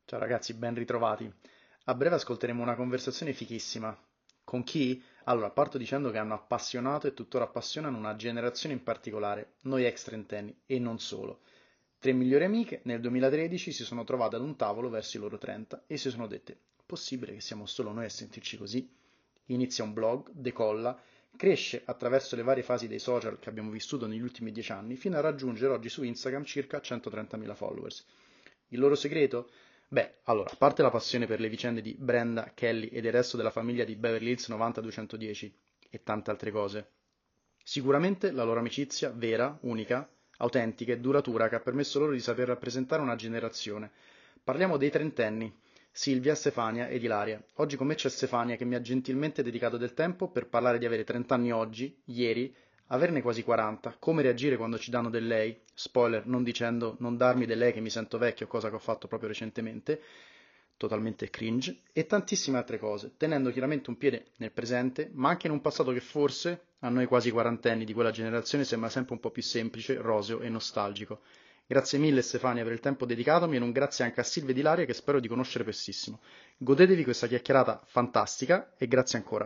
Ciao ragazzi, ben ritrovati. A breve ascolteremo una conversazione fichissima. Con chi? Allora, parto dicendo che hanno appassionato e tuttora appassionano una generazione in particolare, noi ex trentenni, e non solo. Tre migliori amiche nel 2013 si sono trovate ad un tavolo verso i loro 30 e si sono dette: possibile che siamo solo noi a sentirci così? Inizia un blog, decolla, cresce attraverso le varie fasi dei social che abbiamo vissuto negli ultimi 10 anni, fino a raggiungere oggi su Instagram circa 130.000 followers. Il loro segreto? Beh, allora, a parte la passione per le vicende di Brenda, Kelly e del resto della famiglia di Beverly Hills 90210 e tante altre cose, sicuramente la loro amicizia vera, unica, autentica e duratura che ha permesso loro di saper rappresentare una generazione. Parliamo dei trentenni, Silvia, Stefania ed Ilaria. Oggi con me c'è Stefania che mi ha gentilmente dedicato del tempo per parlare di avere 30 anni oggi, ieri, averne quasi 40, come reagire quando ci danno del lei, spoiler non dicendo non darmi del lei che mi sento vecchio, cosa che ho fatto proprio recentemente, totalmente cringe, e tantissime altre cose, tenendo chiaramente un piede nel presente, ma anche in un passato che forse, a noi quasi quarantenni di quella generazione, sembra sempre un po' più semplice, roseo e nostalgico. Grazie mille Stefania per il tempo dedicatomi e un grazie anche a Silvia ed Ilaria che spero di conoscere prestissimo. Godetevi questa chiacchierata fantastica e grazie ancora.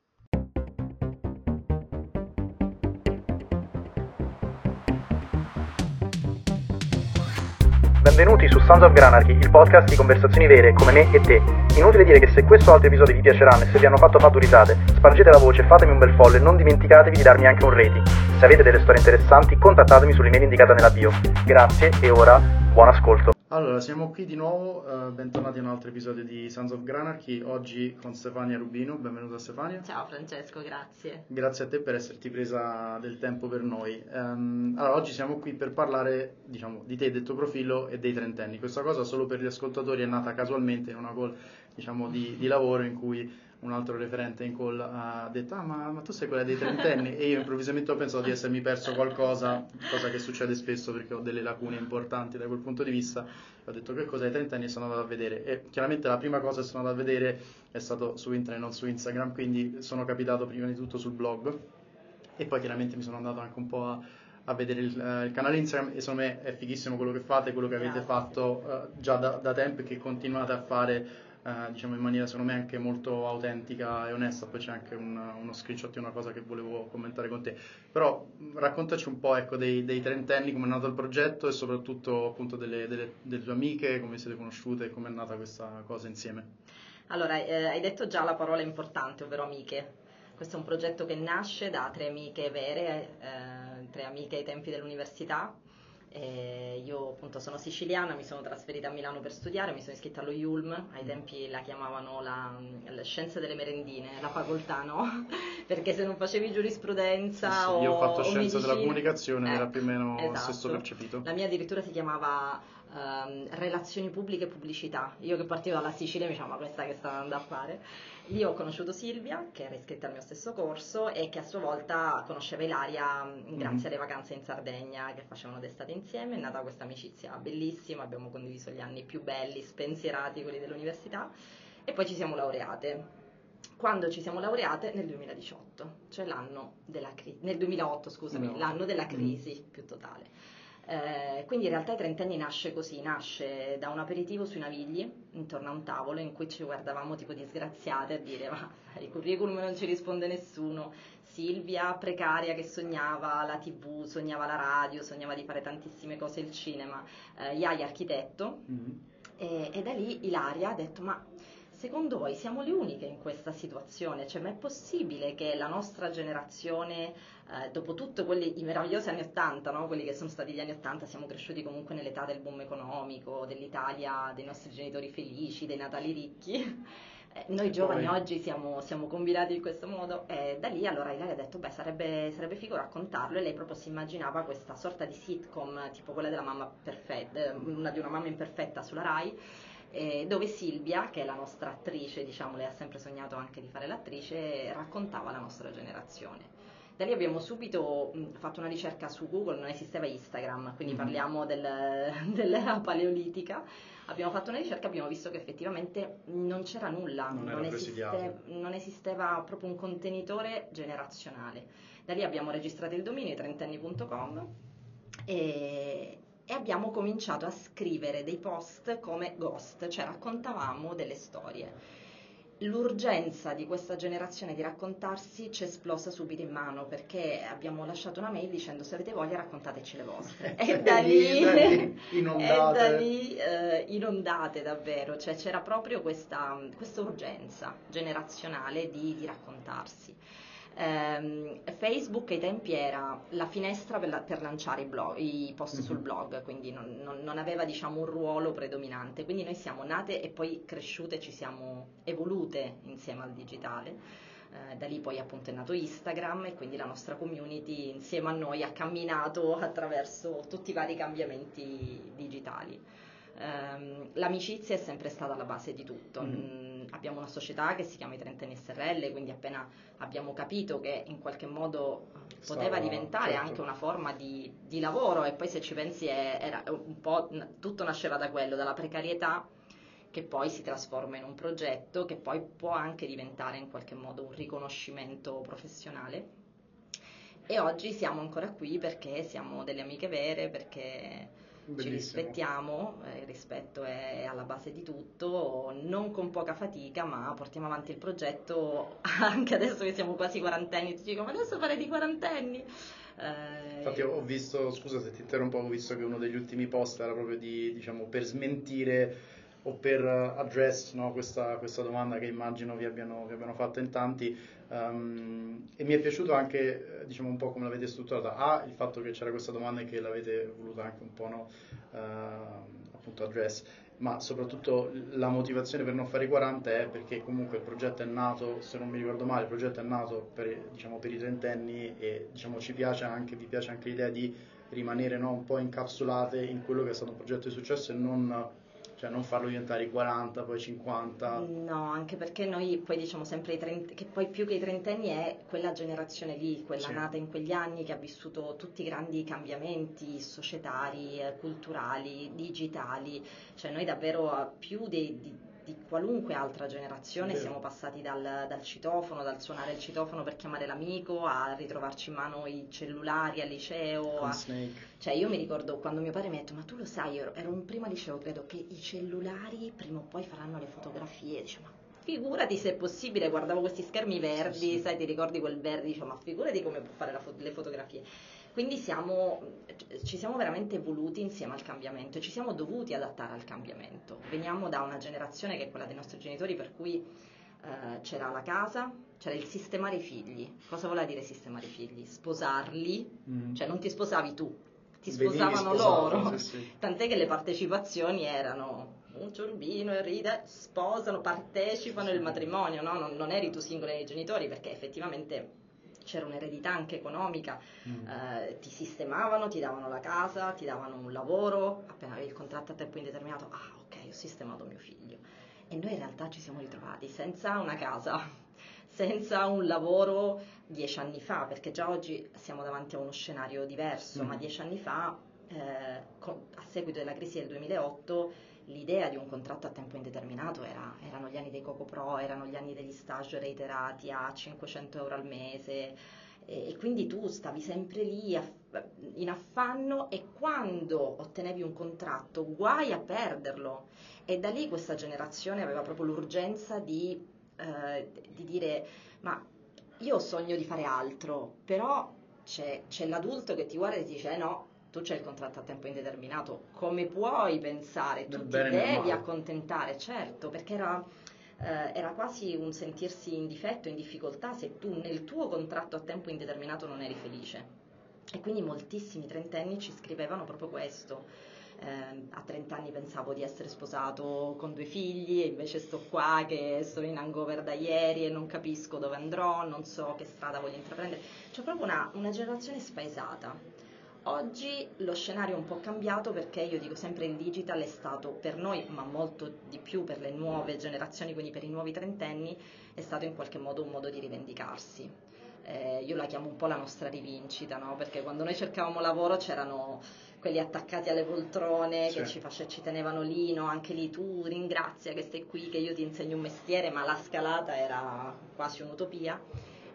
Benvenuti su Sons of Granarchy, il podcast di conversazioni vere come me e te. Inutile dire che se questo o altri episodi vi piaceranno e se vi hanno fatto fatti risate, spargete la voce, fatemi un bel follow e non dimenticatevi di darmi anche un rating. Se avete delle storie interessanti, contattatemi sull'email indicata nella bio. Grazie e ora buon ascolto. Allora, siamo qui di nuovo, bentornati a un altro episodio di Sons of Granarchy, oggi con Stefania Rubino. Benvenuta Stefania. Ciao Francesco, grazie. Grazie a te per esserti presa del tempo per noi. Allora, oggi siamo qui per parlare, diciamo, di te, del tuo profilo e dei trentenni. Questa cosa solo per gli ascoltatori è nata casualmente in una call, diciamo, di lavoro in cui un altro referente in call ha detto: ma tu sei quella dei trentenni? E io improvvisamente ho pensato di essermi perso qualcosa, cosa che succede spesso perché ho delle lacune importanti da quel punto di vista. Ho detto: che cos'è i trentenni? E sono andato a vedere. E chiaramente la prima cosa che sono andato a vedere è stato su internet, non su Instagram, quindi sono capitato prima di tutto sul blog e poi chiaramente mi sono andato anche un po' a vedere il canale Instagram e secondo me è fighissimo quello che fate, quello che avete Grazie. fatto già da tempo e che continuate a fare diciamo in maniera secondo me anche molto autentica e onesta. Poi c'è anche uno screenshot di una cosa che volevo commentare con te, però raccontaci un po', ecco, dei trentenni, come è nato il progetto e soprattutto appunto delle tue amiche, come siete conosciute e come è nata questa cosa insieme. Allora, hai detto già la parola importante, ovvero amiche. Questo è un progetto che nasce da tre amiche vere, tre amiche ai tempi dell'università. Io appunto sono siciliana, mi sono trasferita a Milano per studiare, mi sono iscritta allo IULM, ai tempi la chiamavano le scienze delle merendine, la facoltà, no? Perché se non facevi giurisprudenza Sì, o, io ho fatto o scienza della medicina, comunicazione ed era più o meno lo stesso esatto. percepito. La mia addirittura si chiamava relazioni pubbliche e pubblicità. Io che partivo dalla Sicilia mi diciamo: ma questa che sta andando a fare? Lì ho conosciuto Silvia, che era iscritta al mio stesso corso e che a sua volta conosceva Ilaria grazie alle vacanze in Sardegna che facevano d'estate insieme. È nata questa amicizia bellissima, abbiamo condiviso gli anni più belli, spensierati, quelli dell'università, e poi ci siamo laureate. Quando ci siamo laureate? Nel 2018, cioè l'anno della crisi, nel 2008, scusami, No. l'anno della crisi più totale. Quindi in realtà i trentenni nasce così, nasce da un aperitivo sui Navigli, intorno a un tavolo in cui ci guardavamo tipo disgraziate a dire: ma i curriculum non ci risponde nessuno. Silvia precaria che sognava la TV, sognava la radio, sognava di fare tantissime cose, il cinema, Iaia architetto. E da lì Ilaria ha detto: ma secondo voi siamo le uniche in questa situazione? Cioè, ma è possibile che la nostra generazione, dopo tutto i meravigliosi anni 80, no? Quelli che sono stati gli anni 80, siamo cresciuti comunque nell'età del boom economico, dell'Italia, dei nostri genitori felici, dei Natali ricchi. Noi giovani Poi, oggi siamo combinati in questo modo, e da lì allora Ilaria ha detto: beh, sarebbe figo raccontarlo, e lei proprio si immaginava questa sorta di sitcom tipo quella della mamma perfetta, una di una mamma imperfetta sulla Rai, dove Silvia, che è la nostra attrice, diciamo, lei ha sempre sognato anche di fare l'attrice, raccontava la nostra generazione. Da lì abbiamo subito fatto una ricerca su Google, non esisteva Instagram, quindi parliamo dell'era paleolitica. Abbiamo fatto una ricerca e abbiamo visto che effettivamente non c'era nulla, non era presidiato. non esisteva proprio un contenitore generazionale. Da lì abbiamo registrato il dominio trentenni.com e abbiamo cominciato a scrivere dei post come ghost, cioè raccontavamo delle storie. L'urgenza di questa generazione di raccontarsi ci è esplosa subito in mano, perché abbiamo lasciato una mail dicendo: se avete voglia raccontateci le vostre. E da lì, inondate davvero, cioè c'era proprio questa urgenza generazionale di raccontarsi. Facebook ai tempi era la finestra per lanciare i post sul blog, quindi non aveva, diciamo, un ruolo predominante. Quindi noi siamo nate e poi cresciute, ci siamo evolute insieme al digitale. Da lì poi appunto è nato Instagram, e quindi la nostra community insieme a noi ha camminato attraverso tutti i vari cambiamenti digitali. L'amicizia è sempre stata la base di tutto. Abbiamo una società che si chiama i Trentenni SRL, quindi appena abbiamo capito che in qualche modo poteva diventare, certo, anche una forma di lavoro, e poi se ci pensi era un po', tutto nasceva da quello, dalla precarietà, che poi si trasforma in un progetto, che poi può anche diventare in qualche modo un riconoscimento professionale. E oggi siamo ancora qui perché siamo delle amiche vere, perché ci rispettiamo, il rispetto è alla base di tutto, non con poca fatica, ma portiamo avanti il progetto anche adesso che siamo quasi quarantenni. Ti dico: ma adesso fare di quarantenni? Infatti ho visto, scusa se ti interrompo, ho visto che uno degli ultimi post era proprio diciamo, per smentire o per address, no, questa domanda che immagino vi abbiano fatto in tanti. E mi è piaciuto anche, diciamo, un po' come l'avete strutturata. Il fatto che c'era questa domanda e che l'avete voluta anche un po', no, appunto address, ma soprattutto la motivazione per non fare i 40 è perché comunque il progetto è nato, se non mi ricordo male, il progetto è nato diciamo, per i trentenni, e diciamo, vi piace anche l'idea di rimanere, no, un po' incapsulate in quello che è stato un progetto di successo, e non farlo diventare i 40, poi 50. No, anche perché noi poi diciamo sempre che poi più che i trentenni è quella generazione lì, quella, sì, nata in quegli anni, che ha vissuto tutti i grandi cambiamenti societari, culturali, digitali. Cioè noi davvero più di qualunque altra generazione siamo passati dal citofono, dal suonare il citofono per chiamare l'amico, a ritrovarci in mano i cellulari al liceo. Snake. Cioè io mi ricordo quando mio padre mi ha detto: ma tu lo sai, ero in prima liceo, credo che i cellulari prima o poi faranno le fotografie. Dice: ma figurati se è possibile. Guardavo questi schermi verdi, sì, sì. Sai, ti ricordi quel verde? Dice: ma figurati come può fare le fotografie. Quindi ci siamo veramente evoluti insieme al cambiamento, e ci siamo dovuti adattare al cambiamento. Veniamo da una generazione che è quella dei nostri genitori, per cui c'era la casa, c'era il sistemare i figli. Cosa voleva dire sistemare i figli? Sposarli, cioè non ti sposavi tu, ti sposavano loro, sì, sì. Tant'è che le partecipazioni erano: un ciorbino, ride, sposano, partecipano al matrimonio, no? Non eri tu singolo nei genitori, perché effettivamente c'era un'eredità anche economica. Ti sistemavano, ti davano la casa, ti davano un lavoro, appena avevi il contratto a tempo indeterminato: ah, ok, ho sistemato mio figlio. E noi in realtà ci siamo ritrovati senza una casa, senza un lavoro 10 anni fa, perché già oggi siamo davanti a uno scenario diverso, ma 10 anni fa, a seguito della crisi del 2008, l'idea di un contratto a tempo indeterminato erano gli anni dei Coco Pro, erano gli anni degli stage reiterati a 500 euro al mese, e quindi tu stavi sempre lì in affanno, e quando ottenevi un contratto guai a perderlo. E da lì questa generazione aveva proprio l'urgenza di dire: ma io ho sogno di fare altro, però c'è l'adulto che ti guarda e ti dice: no, tu c'hai il contratto a tempo indeterminato, come puoi pensare? Tu ti devi accontentare, certo, perché era quasi un sentirsi in difetto, in difficoltà, se tu nel tuo contratto a tempo indeterminato non eri felice. E quindi moltissimi trentenni ci scrivevano proprio questo. A 30 anni pensavo di essere sposato con 2 figli, e invece sto qua che sono in hangover da ieri e non capisco dove andrò, non so che strada voglio intraprendere. C'è proprio una generazione spaesata. Oggi lo scenario è un po' cambiato, perché io dico sempre: il digital è stato per noi, ma molto di più per le nuove generazioni, quindi per i nuovi trentenni, è stato in qualche modo un modo di rivendicarsi. Io la chiamo un po' la nostra rivincita, no? Perché quando noi cercavamo lavoro c'erano quelli attaccati alle poltrone, sì, che ci tenevano lì, no? Anche lì tu ringrazia che stai qui, che io ti insegno un mestiere, ma la scalata era quasi un'utopia.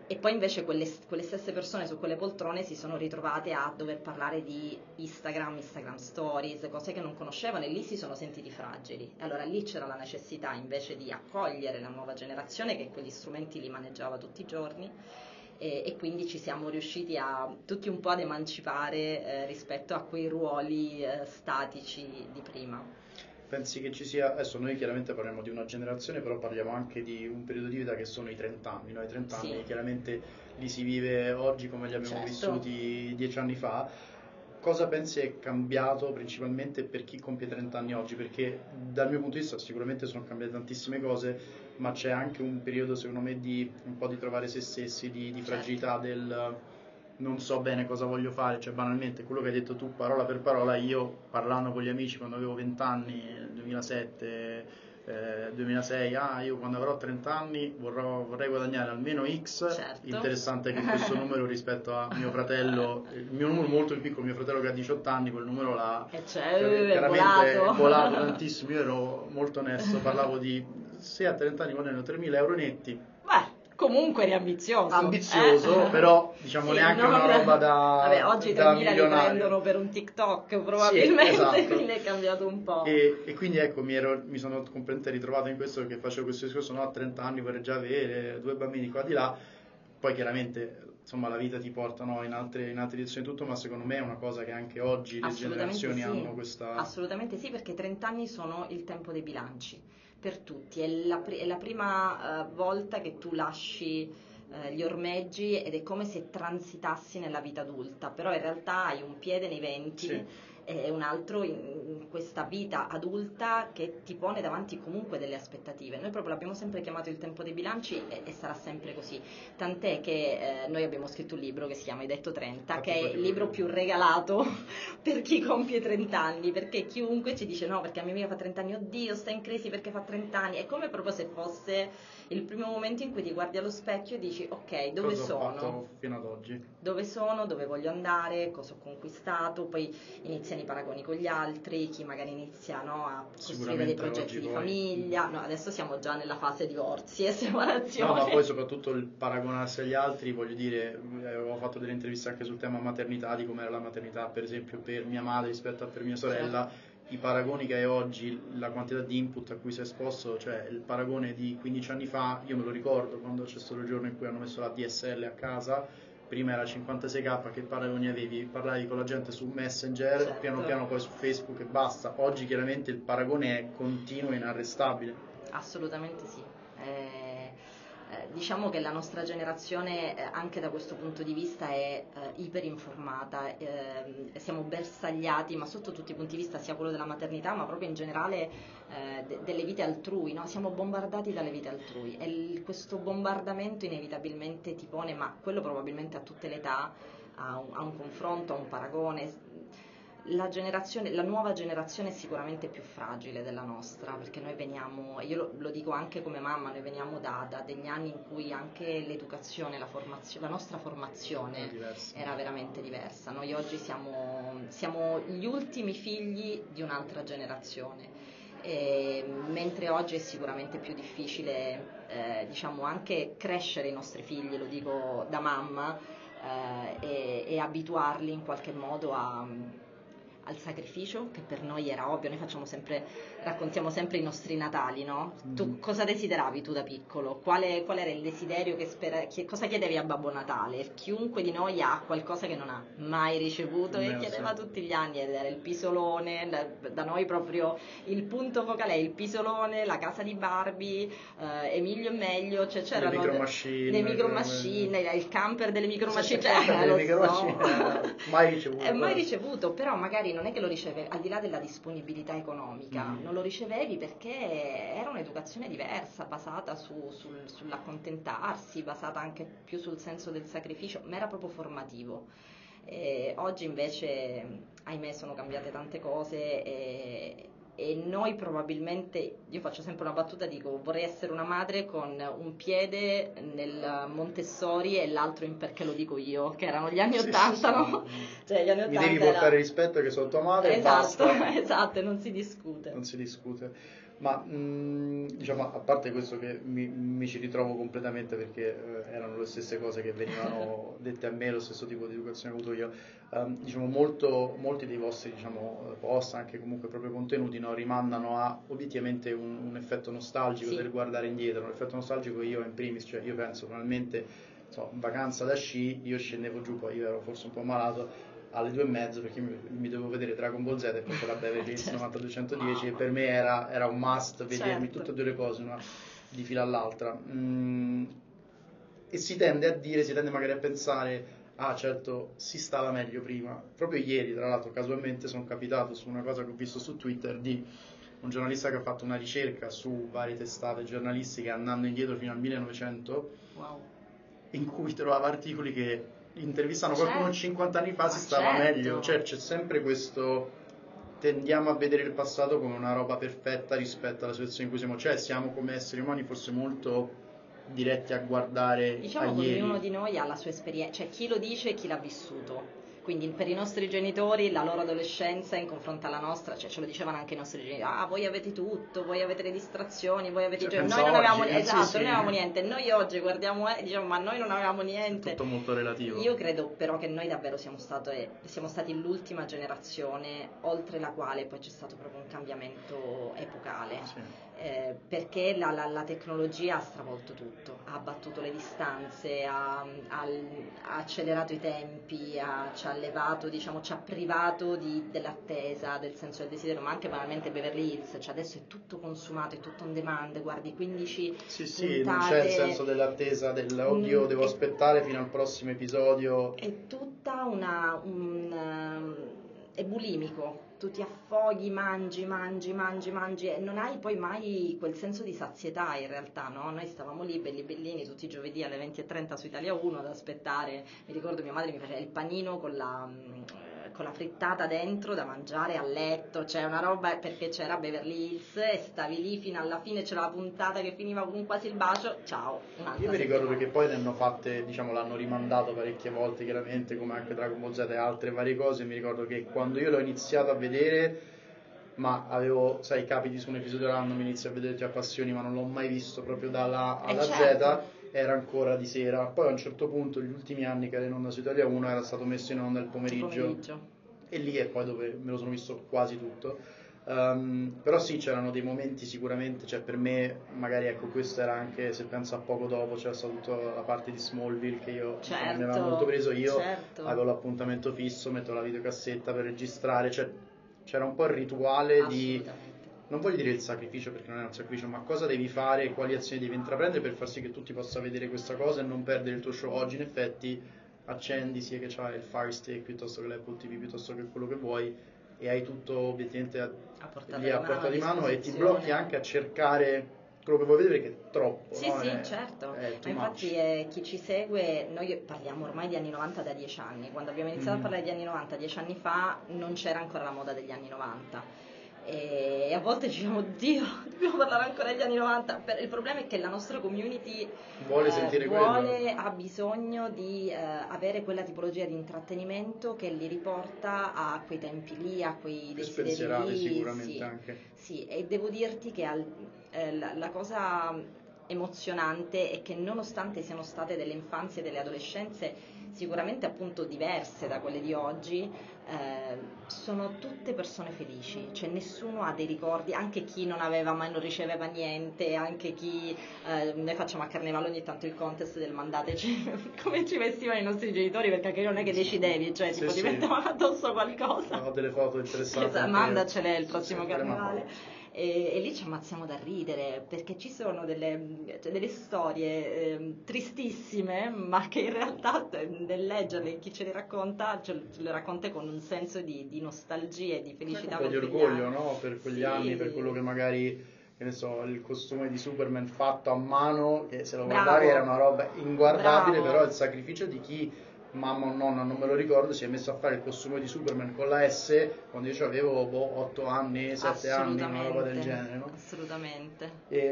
E poi invece quelle stesse persone su quelle poltrone si sono ritrovate a dover parlare di Instagram Stories, cose che non conoscevano, e lì si sono sentiti fragili. Allora lì c'era la necessità invece di accogliere la nuova generazione che quegli strumenti li maneggiava tutti i giorni, e quindi ci siamo riusciti tutti un po' ad emancipare rispetto a quei ruoli statici di prima. Pensi che ci sia, adesso noi chiaramente parliamo di una generazione, però parliamo anche di un periodo di vita che sono i 30 anni, no? I 30 anni Sì, chiaramente li si vive oggi come li abbiamo certo. vissuti 10 anni fa. Cosa pensi è cambiato principalmente per chi compie 30 anni oggi? Perché dal mio punto di vista sicuramente sono cambiate tantissime cose, ma c'è anche un periodo secondo me di un po' di trovare se stessi, di Certo. fragilità del non so bene cosa voglio fare, cioè banalmente quello che hai detto tu parola per parola, io parlando con gli amici quando avevo 20 anni, nel 2007, 2006, io quando avrò 30 anni vorrei guadagnare almeno X, Certo. interessante che questo numero rispetto a mio fratello, il mio numero molto più piccolo, mio fratello che ha 18 anni, quel numero là è chiaramente è volato. volato tantissimo, io ero molto onesto, parlavo di se a 30 anni guadagno 3.000 euro netti. Beh, comunque eri ambizioso. Ambizioso, però diciamo Sì, neanche no, una roba da Vabbè, oggi i da 3.000 li milionario. prendono per un TikTok probabilmente, Sì, esatto. quindi è cambiato un po'. E quindi ecco, mi sono completamente ritrovato in questo, perché facevo questo discorso, no, a 30 anni vorrei già avere 2 bambini qua di là, poi chiaramente insomma la vita ti porta, no, in altre direzioni e tutto, ma secondo me è una cosa che anche oggi le generazioni hanno questa... Assolutamente sì, perché 30 anni sono il tempo dei bilanci per tutti, è la prima volta che tu lasci gli ormeggi ed è come se transitassi nella vita adulta, però in realtà hai un piede nei 20 Sì. e un altro in questa vita adulta che ti pone davanti comunque delle aspettative. Noi proprio l'abbiamo sempre chiamato il tempo dei bilanci e sarà sempre così, tant'è che noi abbiamo scritto un libro che si chiama Hai detto 30, che è il libro più regalato per chi compie 30 anni, perché chiunque ci dice no, perché a mia amica fa 30 anni, oddio sta in crisi perché fa 30 anni, è come proprio se fosse il primo momento in cui ti guardi allo specchio e dici ok, dove cosa ho sono? fatto fino ad oggi? Dove sono, dove voglio andare, cosa ho conquistato, poi iniziano i paragoni con gli altri, chi magari inizia, no, a costruire dei progetti di famiglia, no, adesso siamo già nella fase divorzi e separazioni. No, ma poi soprattutto il paragonarsi agli altri, voglio dire, avevo fatto delle interviste anche sul tema maternità, di com'era la maternità per esempio per mia madre rispetto a per mia sorella, Certo. I paragoni che hai oggi, la quantità di input a cui sei esposto, cioè il paragone di 15 anni fa, io me lo ricordo quando c'è stato il giorno in cui hanno messo la DSL a casa, prima era 56k, che paragoni avevi? Parlavi con la gente su Messenger, Certo. piano piano poi su Facebook e basta. Oggi chiaramente il paragone è continuo e inarrestabile. Assolutamente sì. Diciamo che la nostra generazione anche da questo punto di vista è iperinformata, siamo bersagliati, ma sotto tutti i punti di vista, sia quello della maternità, ma proprio in generale delle vite altrui, no? Siamo bombardati dalle vite altrui e questo bombardamento inevitabilmente ti pone, ma quello probabilmente a tutte le età, a un confronto, a un paragone. La nuova generazione è sicuramente più fragile della nostra, perché noi veniamo, io lo dico anche come mamma, noi veniamo da degli anni in cui anche l'educazione, la nostra formazione era veramente diversa. Noi oggi siamo gli ultimi figli di un'altra generazione, mentre oggi è sicuramente più difficile, diciamo, anche crescere i nostri figli, lo dico da mamma, e abituarli in qualche modo al sacrificio, che per noi era ovvio. Noi raccontiamo sempre i nostri Natali, no? Tu cosa desideravi tu da piccolo? Qual era il desiderio cosa chiedevi a Babbo Natale? Chiunque di noi ha qualcosa che non ha mai ricevuto e chiedeva tutti gli anni, ed era il pisolone, da noi proprio il punto focale è il pisolone, la casa di Barbie, Emilio e Meglio, cioè c'erano le micro machine, il camper delle micro machine, mai ricevuto. Mai ricevuto, però magari non è che lo ricevevi, al di là della disponibilità economica, non lo ricevevi perché era un'educazione diversa, basata sull'accontentarsi, basata anche più sul senso del sacrificio, ma era proprio formativo. Oggi invece, ahimè, sono cambiate tante cose e noi probabilmente, io faccio sempre una battuta, dico vorrei essere una madre con un piede nel Montessori e l'altro in Perché lo dico io, che erano gli anni '80, no? Cioè, gli anni 80 mi devi portare rispetto che sono tua madre, esatto, e basta. Esatto, non si discute. Non si discute. Ma diciamo, a parte questo che mi ci ritrovo completamente perché erano le stesse cose che venivano dette a me, lo stesso tipo di educazione che ho avuto io. Diciamo, molti dei vostri diciamo, post, anche comunque proprio contenuti, no, rimandano a obiettivamente un effetto nostalgico Sì, del guardare indietro, un effetto nostalgico io in primis, cioè io penso probabilmente, in vacanza da sci, io scendevo giù, poi io ero forse un po' malato, alle 2:30 perché mi dovevo vedere Dragon Ball Z e poi c'era Beverly Hills certo, 90210 e mamma per me mia, era un must vedermi tutte certo. e due le cose, una di fila all'altra. E si tende magari a pensare, ah certo, si stava meglio prima. Proprio ieri, tra l'altro, casualmente sono capitato su una cosa che ho visto su Twitter di un giornalista che ha fatto una ricerca su varie testate giornalistiche andando indietro fino al 1900 Wow. in cui trovava articoli che intervistano qualcuno Certo, 50 anni fa si ma stava meglio, cioè certo. c'è sempre questo, tendiamo a vedere il passato come una roba perfetta rispetto alla situazione in cui siamo, cioè siamo come esseri umani forse molto diretti a guardare a Diciamo che ognuno ieri. di noi ha la sua esperienza, cioè chi lo dice e chi l'ha vissuto. Quindi per i nostri genitori la loro adolescenza in confronto alla nostra, cioè ce lo dicevano anche i nostri genitori, ah voi avete tutto, voi avete le distrazioni, voi avete i Cioè, giochi, pensa noi non avevamo, oggi, sì esatto, sì, noi non avevamo niente, noi oggi guardiamo e diciamo ma noi non avevamo è niente. tutto molto relativo. Io credo però che noi davvero siamo stati l'ultima generazione oltre la quale poi c'è stato proprio un cambiamento epocale. Sì. Perché la tecnologia ha stravolto tutto, ha abbattuto le distanze, ha accelerato i tempi, ci ha levato, diciamo, ci ha privato dell'attesa, del senso del desiderio, ma anche banalmente Beverly Hills, cioè adesso è tutto consumato, è tutto on demand, guardi 15 Sì, sì, non c'è il puntate, senso dell'attesa, oddio, devo è aspettare fino al prossimo episodio. è tutta è bulimico, tu ti affoghi, mangi, mangi, mangi, mangi e non hai poi mai quel senso di sazietà in realtà, no? Noi stavamo lì belli bellini tutti i giovedì alle 20:30 su Italia 1 ad aspettare, mi ricordo mia madre mi faceva il panino con la frittata dentro da mangiare a letto, cioè una roba perché c'era Beverly Hills e stavi lì fino alla fine, c'era la puntata che finiva con quasi il bacio, ciao, Io un'altra mi ricordo settimana. perché poi ne hanno fatte, diciamo, l'hanno rimandato parecchie volte, chiaramente, come anche Dragon Ball Z e altre varie cose. Mi ricordo che quando io l'ho iniziato a vedere, ma avevo, sai, capiti su un episodio l'anno, mi inizio a vedere ti appassioni, ma non l'ho mai visto proprio dalla A E alla certo, Z, era ancora di sera. Poi a un certo punto, gli ultimi anni che era in onda su Italia 1, era stato messo in onda il il pomeriggio, pomeriggio. e lì è poi dove me lo sono visto quasi tutto. Però sì, c'erano dei momenti sicuramente, cioè per me magari ecco questo era anche, se penso a poco dopo, c'era stata tutta la parte di Smallville che io diciamo mi aveva molto Certo, preso, io certo, avevo l'appuntamento fisso, mettevo la videocassetta per registrare, cioè c'era un po' il rituale di, assolutamente. non voglio dire il sacrificio perché non è un sacrificio, ma cosa devi fare, quali azioni devi intraprendere per far sì che tu ti possa vedere questa cosa e non perdere il tuo show. Oggi in effetti accendi sia che c'hai il Fire Stick piuttosto che l'Apple TV piuttosto che quello che vuoi e hai tutto obiettivamente A portata lì di a mano, a portata di mano e ti blocchi disposizione. anche a cercare quello che vuoi vedere perché è troppo, Sì, no? sì, certo, È ma too infatti much. chi ci segue, noi parliamo ormai di anni 90 da 10 anni, quando abbiamo iniziato a Mhm. parlare di anni 90 10 anni fa non c'era ancora la moda degli anni 90 e a volte diciamo, Dio, dobbiamo parlare ancora degli anni 90, il problema è che la nostra community Vuole sentire quello? ha bisogno di avere quella tipologia di intrattenimento che li riporta a quei tempi lì, a quei Più desideri spensierati lì, sicuramente sì, anche. sì, e devo dirti che la cosa emozionante è che nonostante siano state delle infanzie e delle adolescenze sicuramente appunto diverse da quelle di oggi, sono tutte persone felici, cioè nessuno ha dei ricordi, anche chi non aveva mai non riceveva niente, anche chi noi facciamo a Carnevale ogni tanto il contest del mandateci come ci vestivano i nostri genitori, perché anche non è che decidevi, cioè Sì, tipo ti sì, mettevano addosso qualcosa. ho delle foto interessanti Mandacele anche, il sì, sì, prossimo te le mando. carnevale. E lì ci ammazziamo da ridere perché ci sono cioè delle storie tristissime, ma che in realtà nel leggerle chi ce le racconta, ce le racconta con un senso di nostalgia e di Anche un felicità po' per di quegli orgoglio, anni. no? Per quegli anni, per quello Sì, che magari, che ne so, il costume di Superman fatto a mano, che se lo guardavi era bravo, una roba inguardabile, però il bravo. sacrificio di chi, mamma o nonna, non me lo ricordo, si è messo a fare il costume di Superman con la S quando io avevo 8 anni, 7 anni, una roba del Assolutamente, genere, no? assolutamente.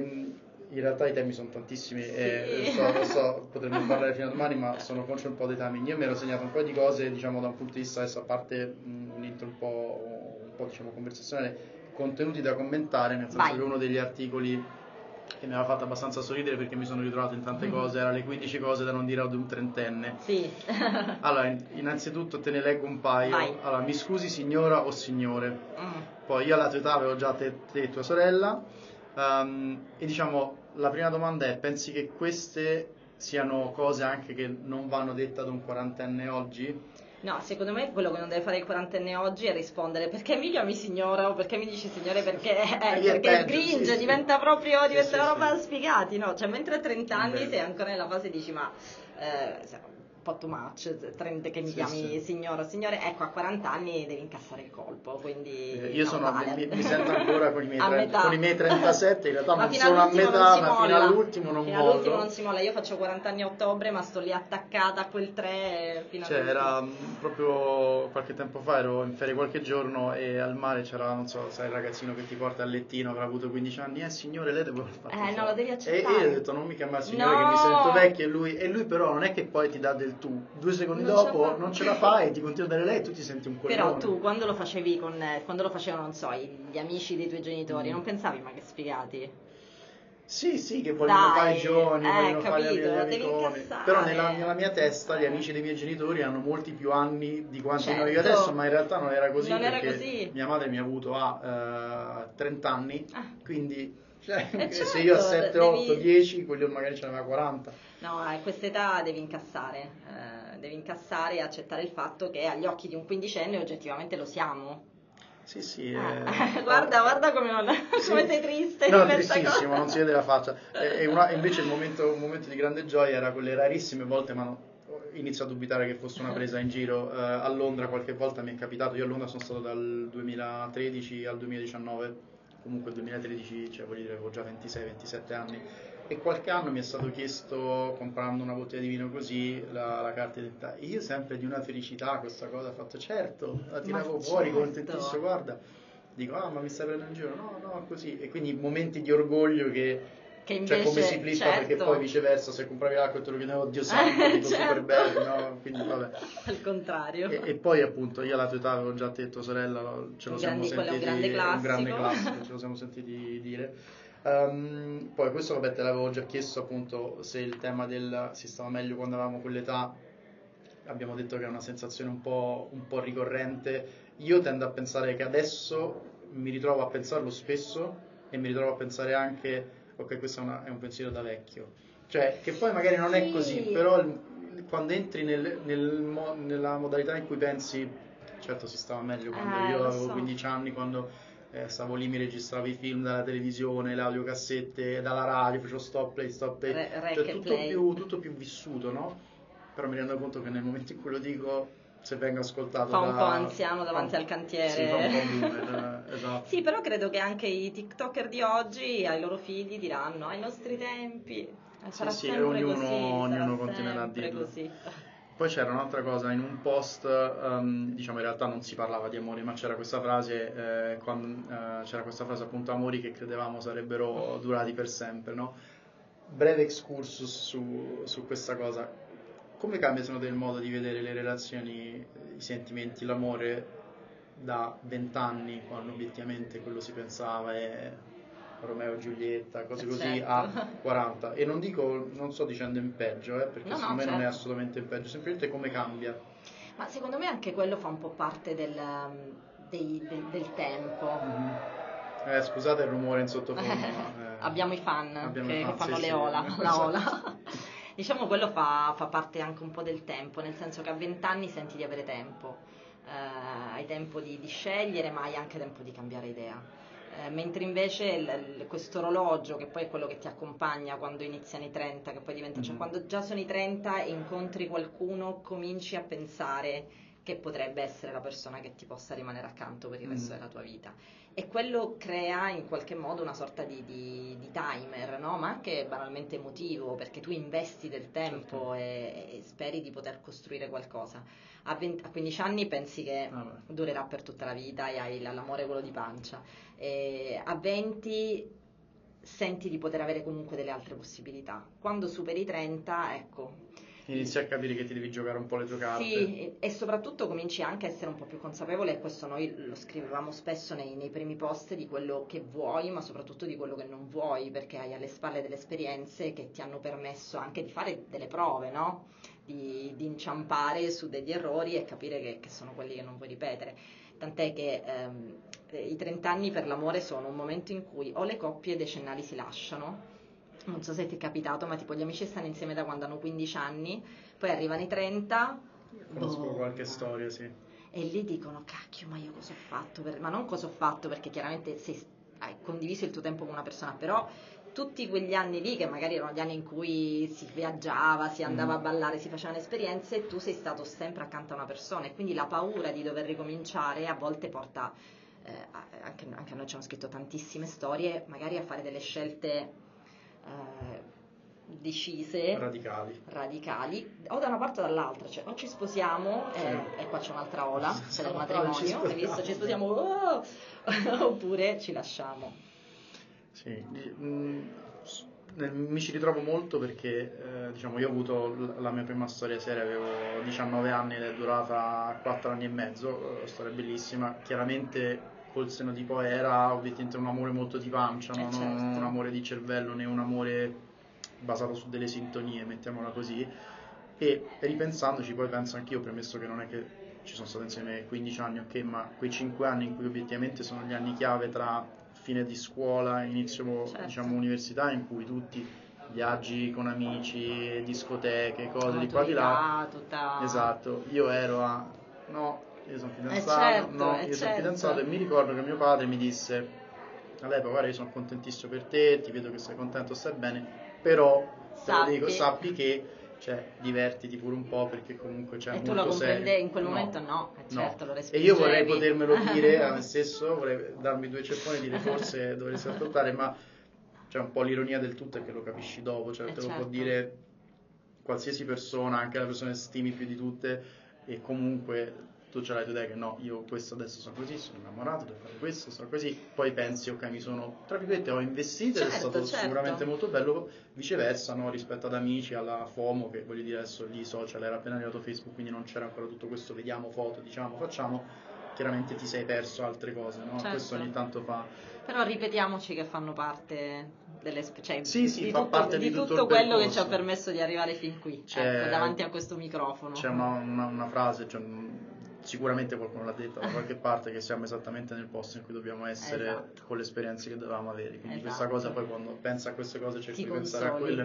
In realtà i temi sono tantissimi e Sì. potremmo parlare fino a domani, ma sono conscio un po' dei timing. Io mi ero segnato un po' di cose, diciamo, da un punto di vista, adesso, a parte un intro un po' diciamo, conversazionale, contenuti da commentare, nel senso Vai. che uno degli articoli che mi aveva fatto abbastanza sorridere perché mi sono ritrovato in tante cose era le 15 cose da non dire ad un trentenne. Sì. Allora, innanzitutto te ne leggo un paio. Vai. Allora, mi scusi signora o signore. Mm. Poi io alla tua età avevo già te e tua sorella. E diciamo, la prima domanda è: pensi che queste siano cose anche che non vanno dette ad un quarantenne oggi? No, secondo me quello che non deve fare il quarantenne oggi è rispondere perché mi chiami signora o perché mi dici signore perché, Lì è perché è peggio, cringe, sì, diventa sì. proprio Sì, diventa sì, una roba sì. sfigati, no? Cioè mentre a 30 anni Vero. sei ancora nella fase dici ma un po' too much, che mi Sì, chiami sì. signora o signore, ecco a 40 anni devi incassare il colpo, quindi Io no, vale. mi sento ancora con i miei A 30, metà. con i miei 37, in realtà Ma non fino sono a all'ultimo non metà, si ma fino molla. all'ultimo non Fino all'ultimo mollo. non si molla. Io faccio 40 anni a ottobre, ma sto lì attaccata a quel 3 fino Cioè, all'ultimo. era proprio qualche tempo fa, ero in ferie qualche giorno e al mare c'era, non so, sai, il ragazzino che ti porta al lettino, che avrà avuto 15 anni, signore, lei deve fare No, lo devi E accettare. io ho detto, non mi chiamare signore No! che mi sento vecchio, e lui però non è che poi ti dà del tu, 2 secondi Non ce la dopo fa. non ce la fai, ti continua a dare lei e tu ti senti un coglione. Però tu quando lo facevi quando lo facevano, non so, gli amici dei tuoi genitori, non pensavi ma che sfigati? Sì, sì, che vogliono fare i Dai, giovani, vogliono fare capito, gli devi amiconi. incassare. Però nella mia testa gli amici dei miei genitori hanno molti più anni di quanti ne ho io adesso, ma in realtà non era così Non era perché così. mia madre mi ha avuto a 30 anni, Ah. quindi cioè, se Certo, io a 7, 8, devi... 10, quello magari ce n'aveva 40. No, a quest'età devi incassare e accettare il fatto che agli occhi di un quindicenne oggettivamente lo siamo. Sì, sì. Guarda come, Sì. come sei triste No, di questa tristissimo, cosa. non si vede la faccia. Invece un momento di grande gioia era quelle rarissime volte, ma inizio a dubitare che fosse una presa in giro. A Londra qualche volta mi è capitato, io a Londra sono stato dal 2013 al 2019, comunque il 2013, cioè voglio dire, avevo già 26-27 anni. E qualche anno mi è stato chiesto, comprando una bottiglia di vino così, la carta d'identità. E io sempre di una felicità questa cosa, ho fatto certo, la tiravo fuori certo. contentissimo, guarda. Dico, ma mi stai prendendo in giro? No, no, così. E quindi momenti di orgoglio che invece, cioè come si flippa, certo. perché poi viceversa se compravi l'acqua e te lo chiedevo, oddio santo, dico Certo. super bello, no? Quindi vabbè. Al contrario. E poi appunto io alla tua età avevo già detto, sorella, ce lo siamo Quello è un sentiti, grande è un grande classico. classico, ce lo siamo sentiti dire. Poi questo vabbè te l'avevo già chiesto appunto se il tema del si stava meglio quando avevamo quell'età, abbiamo detto che è una sensazione un po' ricorrente. Io tendo a pensare che adesso mi ritrovo a pensarlo spesso e mi ritrovo a pensare anche, ok, questo è un pensiero da vecchio. Cioè, che poi magari non è così, però quando entri nella modalità in cui pensi, certo si stava meglio quando io Lo avevo so. 15 anni, quando stavo lì, mi registravo i film dalla televisione, le audiocassette, dalla radio, facevo stop play, Rec cioè e play. tutto più vissuto, no? Però mi rendo conto che nel momento in cui lo dico, se vengo ascoltato Fa un po' anziano davanti al Sì, cantiere. fa un po' boomer, esatto. Sì, però credo che anche i TikToker di oggi ai loro figli diranno ai nostri tempi sarà Sì, sempre così, sarà ognuno continuerà a sempre dirlo. così. Poi c'era un'altra cosa, in un post, diciamo in realtà non si parlava di amore, ma c'era questa frase, c'era questa frase appunto, amori che credevamo sarebbero durati per sempre, no? Breve excursus su questa cosa. Come cambia secondo te il modo di vedere le relazioni, i sentimenti, l'amore da 20 anni, quando obiettivamente quello si pensava è Romeo e Giulietta, cose così, Certo. a 40? E non dico, non sto dicendo in peggio, perché No, secondo me non è certo. assolutamente in peggio, semplicemente come cambia. Ma secondo me anche quello fa un po' parte del tempo. Scusate il rumore in sottofondo, ma Abbiamo i fan abbiamo i che fan, fanno sì, le sì. ola, la ola. Diciamo quello fa parte anche un po' del tempo, nel senso che a 20 anni senti di avere tempo, hai tempo di scegliere, ma hai anche tempo di cambiare idea. Mentre invece questo orologio, che poi è quello che ti accompagna quando iniziano i 30, che poi diventa, cioè quando già sono i 30 e incontri qualcuno, cominci a pensare che potrebbe essere la persona che ti possa rimanere accanto per il resto della tua vita. E quello crea in qualche modo una sorta di timer, no? Ma anche banalmente emotivo, perché tu investi del tempo e speri di poter costruire qualcosa. A 15 anni pensi che durerà per tutta la vita e hai l'amore quello di pancia. E a 20 senti di poter avere comunque delle altre possibilità. Quando superi i 30, ecco, inizi a capire che ti devi giocare un po' le tue carte. Sì, e soprattutto cominci anche a essere un po' più consapevole, e questo noi lo scrivevamo spesso nei primi post, di quello che vuoi, ma soprattutto di quello che non vuoi, perché hai alle spalle delle esperienze che ti hanno permesso anche di fare delle prove, no? Di inciampare su degli errori e capire che sono quelli che non vuoi ripetere. Tant'è che i 30 anni per l'amore sono un momento in cui o le coppie decennali si lasciano, non so se ti è capitato, ma tipo gli amici stanno insieme da quando hanno 15 anni, poi arrivano i 30, Conosco qualche storia, sì. e lì dicono, cacchio, ma io cosa ho fatto? Ma non cosa ho fatto, perché chiaramente hai condiviso il tuo tempo con una persona, però tutti quegli anni lì, che magari erano gli anni in cui si viaggiava, si andava a ballare, si facevano esperienze, tu sei stato sempre accanto a una persona, e quindi la paura di dover ricominciare a volte porta, anche a noi ci hanno scritto tantissime storie, magari a fare delle scelte decise, radicali, o da una parte o dall'altra, cioè o ci sposiamo, e qua c'è un'altra ola, c'è del matrimonio, hai visto, ci sposiamo, oppure ci lasciamo. Sì, mi ci ritrovo molto perché diciamo, io ho avuto la mia prima storia seria, avevo 19 anni ed è durata 4 anni e mezzo, storia bellissima, chiaramente col seno di poi era obiettivamente un amore molto di pancia, no? Certo. Non un amore di cervello né un amore basato su delle sintonie, mettiamola così. E ripensandoci poi penso anch'io, premesso che non è che ci sono stato insieme 15 anni, ok, ma quei 5 anni in cui obiettivamente sono gli anni chiave tra fine di scuola, inizio diciamo università, in cui tutti viaggi con amici, discoteche, cose di qua di là. Tutta... Esatto, io ero a no, io sono fidanzato, certo, no, io sono fidanzato, e mi ricordo che mio padre mi disse all'epoca, guarda, io sono contentissimo per te, ti vedo che sei contento, stai bene, però te lo dico, sappi che cioè, divertiti pure un po', perché comunque c'è molto serio. E tu lo comprendi in quel momento? No, certo, no. lo E respingevi. io vorrei potermelo dire a me stesso, vorrei darmi 2 cepponi e dire forse dovresti ascoltare, ma c'è un po' l'ironia del tutto è che lo capisci dopo, cioè te lo può dire qualsiasi persona, anche la persona che stimi più di tutte, e comunque tu ce l'hai tu idea che no, io questo adesso sono così, sono innamorato, devo fare questo, sono così, poi pensi ok, mi sono, tra virgolette, ho investito, ed è stato sicuramente molto bello, viceversa, no, rispetto ad amici, alla FOMO, che voglio dire adesso lì social, era appena arrivato Facebook, quindi non c'era ancora tutto questo, vediamo foto, diciamo, facciamo, chiaramente ti sei perso altre cose, no? Questo ogni tanto fa. Però ripetiamoci che fanno parte delle cioè, sì, fa parte di tutto quello percorso. Che ci ha permesso di arrivare fin qui, ecco, davanti a questo microfono. C'è una frase, cioè, sicuramente qualcuno l'ha detta da qualche parte, che siamo esattamente nel posto in cui dobbiamo essere, con le esperienze che dovevamo avere, quindi questa cosa poi quando penso a queste cose cerco di pensare a quello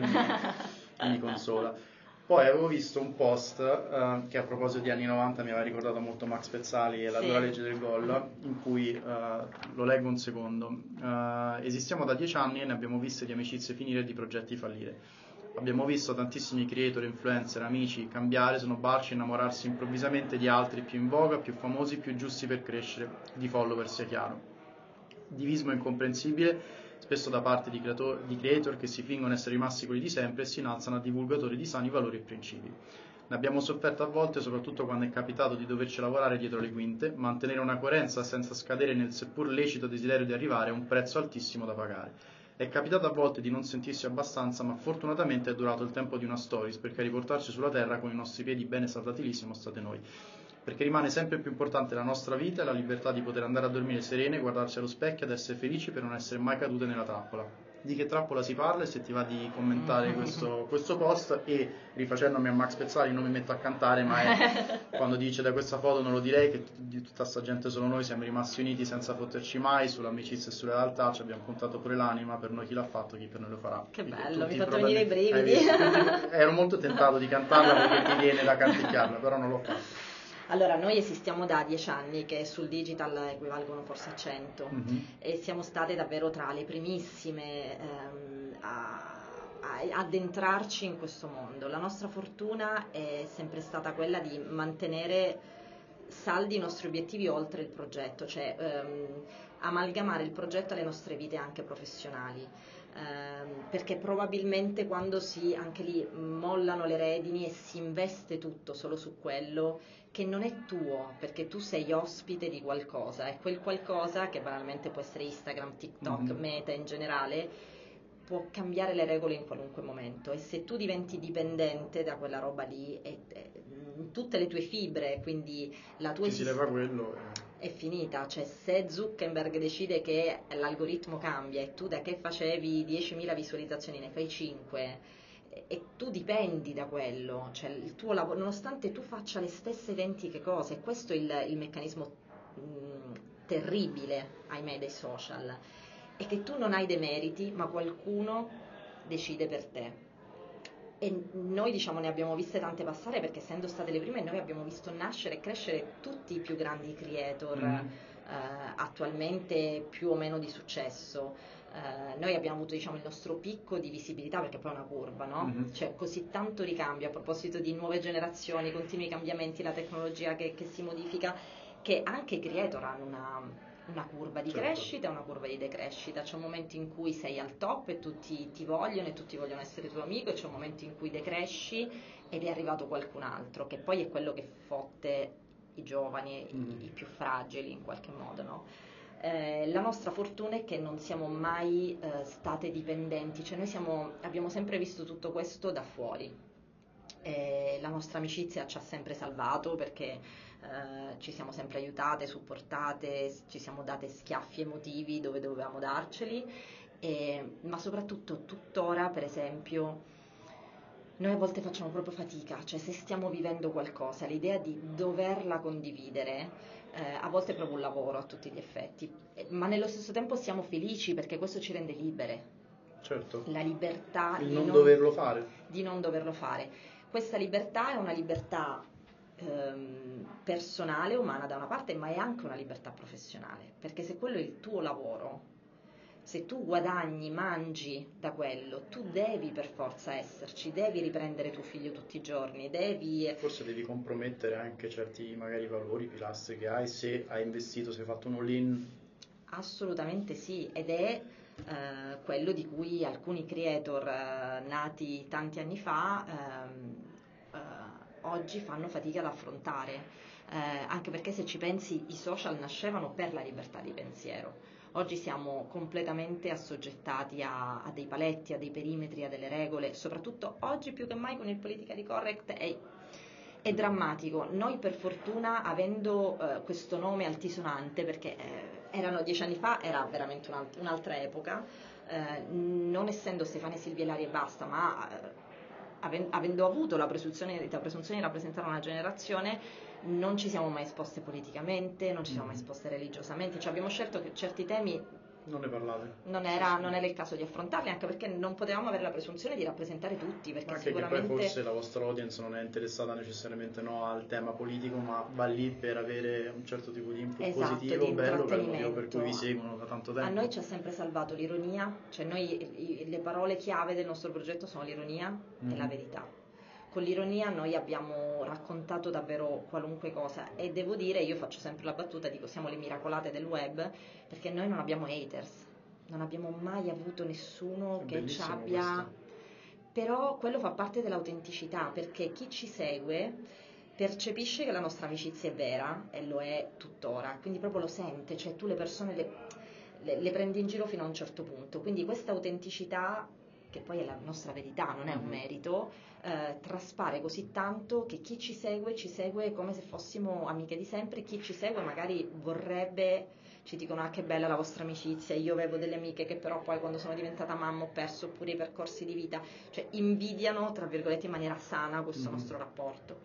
e mi consola. Poi avevo visto un post che a proposito di anni 90 mi aveva ricordato molto Max Pezzali e la dura legge del gol, in cui, lo leggo un secondo, esistiamo da 10 anni e ne abbiamo viste di amicizie finire e di progetti fallire. Abbiamo visto tantissimi creator, influencer, amici cambiare, snobbarci, innamorarsi improvvisamente di altri più in voga, più famosi, più giusti per crescere, di follower sia chiaro. Divismo incomprensibile, spesso da parte di creator che si fingono essere rimasti quelli di sempre e si innalzano a divulgatori di sani valori e principi. Ne abbiamo sofferto a volte, soprattutto quando è capitato di doverci lavorare dietro le quinte, mantenere una coerenza senza scadere nel seppur lecito desiderio di arrivare a un prezzo altissimo da pagare. È capitato a volte di non sentirsi abbastanza, ma fortunatamente è durato il tempo di una stories, perché a riportarci sulla terra con i nostri piedi bene saltati lì siamo state noi. Perché rimane sempre più importante la nostra vita e la libertà di poter andare a dormire serene, guardarci allo specchio ed essere felici per non essere mai cadute nella trappola. Di che trappola si parla, e se ti va di commentare questo post, e rifacendomi a Max Pezzali non mi metto a cantare, ma è quando dice da questa foto non lo direi, che di tutta sta gente solo noi siamo rimasti uniti senza fotterci mai, sull'amicizia e sulla realtà ci abbiamo puntato pure l'anima, per noi chi l'ha fatto, chi per noi lo farà. Che quindi bello, mi fa venire i brividi. Ero molto tentato di cantarla perché ti viene da canticchiarla, però non l'ho fatto. Allora, noi esistiamo da 10 anni, che sul digital equivalgono forse a 100, e siamo state davvero tra le primissime ad entrarci in questo mondo. La nostra fortuna è sempre stata quella di mantenere saldi i nostri obiettivi oltre il progetto, cioè amalgamare il progetto alle nostre vite anche professionali. Perché probabilmente quando si anche lì mollano le redini e si investe tutto solo su quello che non è tuo, perché tu sei ospite di qualcosa, e quel qualcosa, che banalmente può essere Instagram, TikTok, Meta in generale, può cambiare le regole in qualunque momento, e se tu diventi dipendente da quella roba lì tutte le tue fibre, quindi la tua si leva quello è finita. Cioè, se Zuckerberg decide che l'algoritmo cambia e tu da che facevi 10.000 visualizzazioni ne fai 5 e tu dipendi da quello, cioè il tuo lavoro, nonostante tu faccia le stesse identiche cose, questo è il meccanismo terribile, ahimè, dei social, è che tu non hai dei meriti, ma qualcuno decide per te. E noi, diciamo, ne abbiamo viste tante passare, perché essendo state le prime noi abbiamo visto nascere e crescere tutti i più grandi creator attualmente più o meno di successo. Noi abbiamo avuto, diciamo, il nostro picco di visibilità, perché poi è una curva, no? Cioè, così tanto ricambio a proposito di nuove generazioni, continui cambiamenti, la tecnologia che si modifica, che anche i creator hanno una curva di crescita e una curva di decrescita. C'è un momento in cui sei al top e tutti ti vogliono e tutti vogliono essere tuo amico, e c'è un momento in cui decresci ed è arrivato qualcun altro, che poi è quello che fotte i giovani, i più fragili in qualche modo, no? La nostra fortuna è che non siamo mai state dipendenti, cioè noi abbiamo sempre visto tutto questo da fuori. La nostra amicizia ci ha sempre salvato, perché ci siamo sempre aiutate, supportate, ci siamo date schiaffi emotivi dove dovevamo darceli, ma soprattutto tuttora, per esempio, noi a volte facciamo proprio fatica, cioè se stiamo vivendo qualcosa, l'idea di doverla condividere, a volte è proprio un lavoro a tutti gli effetti, ma nello stesso tempo siamo felici perché questo ci rende libere. Certo. La libertà di non doverlo fare. Di non doverlo fare. Questa libertà è una libertà personale, umana da una parte, ma è anche una libertà professionale, perché se quello è il tuo lavoro, se tu guadagni, mangi da quello, tu devi per forza esserci, devi riprendere tuo figlio tutti i giorni, forse devi compromettere anche certi magari valori, pilastri che hai, se hai investito, se hai fatto un all-in. Assolutamente sì, ed è quello di cui alcuni creator nati tanti anni fa oggi fanno fatica ad affrontare, anche perché se ci pensi i social nascevano per la libertà di pensiero. Oggi siamo completamente assoggettati a dei paletti, a dei perimetri, a delle regole, soprattutto oggi più che mai con il politically correct è drammatico. Noi per fortuna, avendo questo nome altisonante, perché erano 10 anni fa, era veramente un'altra epoca, non essendo Stefania, Silvia, Ilaria e basta, ma avendo avuto la presunzione di rappresentare una generazione, non ci siamo mai esposte politicamente, non ci siamo mai esposte religiosamente, cioè abbiamo scelto che certi temi non ne parlate. non era il caso di affrontarli, anche perché non potevamo avere la presunzione di rappresentare tutti, perché anche sicuramente che poi forse la vostra audience non è interessata necessariamente al tema politico, ma va lì per avere un certo tipo di input positivo, di bello, che è il motivo per cui vi seguono da tanto tempo. A noi ci ha sempre salvato l'ironia, cioè noi le parole chiave del nostro progetto sono l'ironia e la verità. Con l'ironia noi abbiamo raccontato davvero qualunque cosa, e devo dire, io faccio sempre la battuta, dico siamo le miracolate del web, perché noi non abbiamo haters, non abbiamo mai avuto nessuno che ci abbia... Questo. Però quello fa parte dell'autenticità, perché chi ci segue percepisce che la nostra amicizia è vera, e lo è tuttora, quindi proprio lo sente, cioè tu le persone le prendi in giro fino a un certo punto, quindi questa autenticità, che poi è la nostra verità, non è un merito, traspare così tanto che chi ci segue come se fossimo amiche di sempre. Chi ci segue magari vorrebbe, ci dicono che bella la vostra amicizia, io avevo delle amiche che però poi quando sono diventata mamma ho perso oppure i percorsi di vita, cioè invidiano tra virgolette in maniera sana questo nostro rapporto,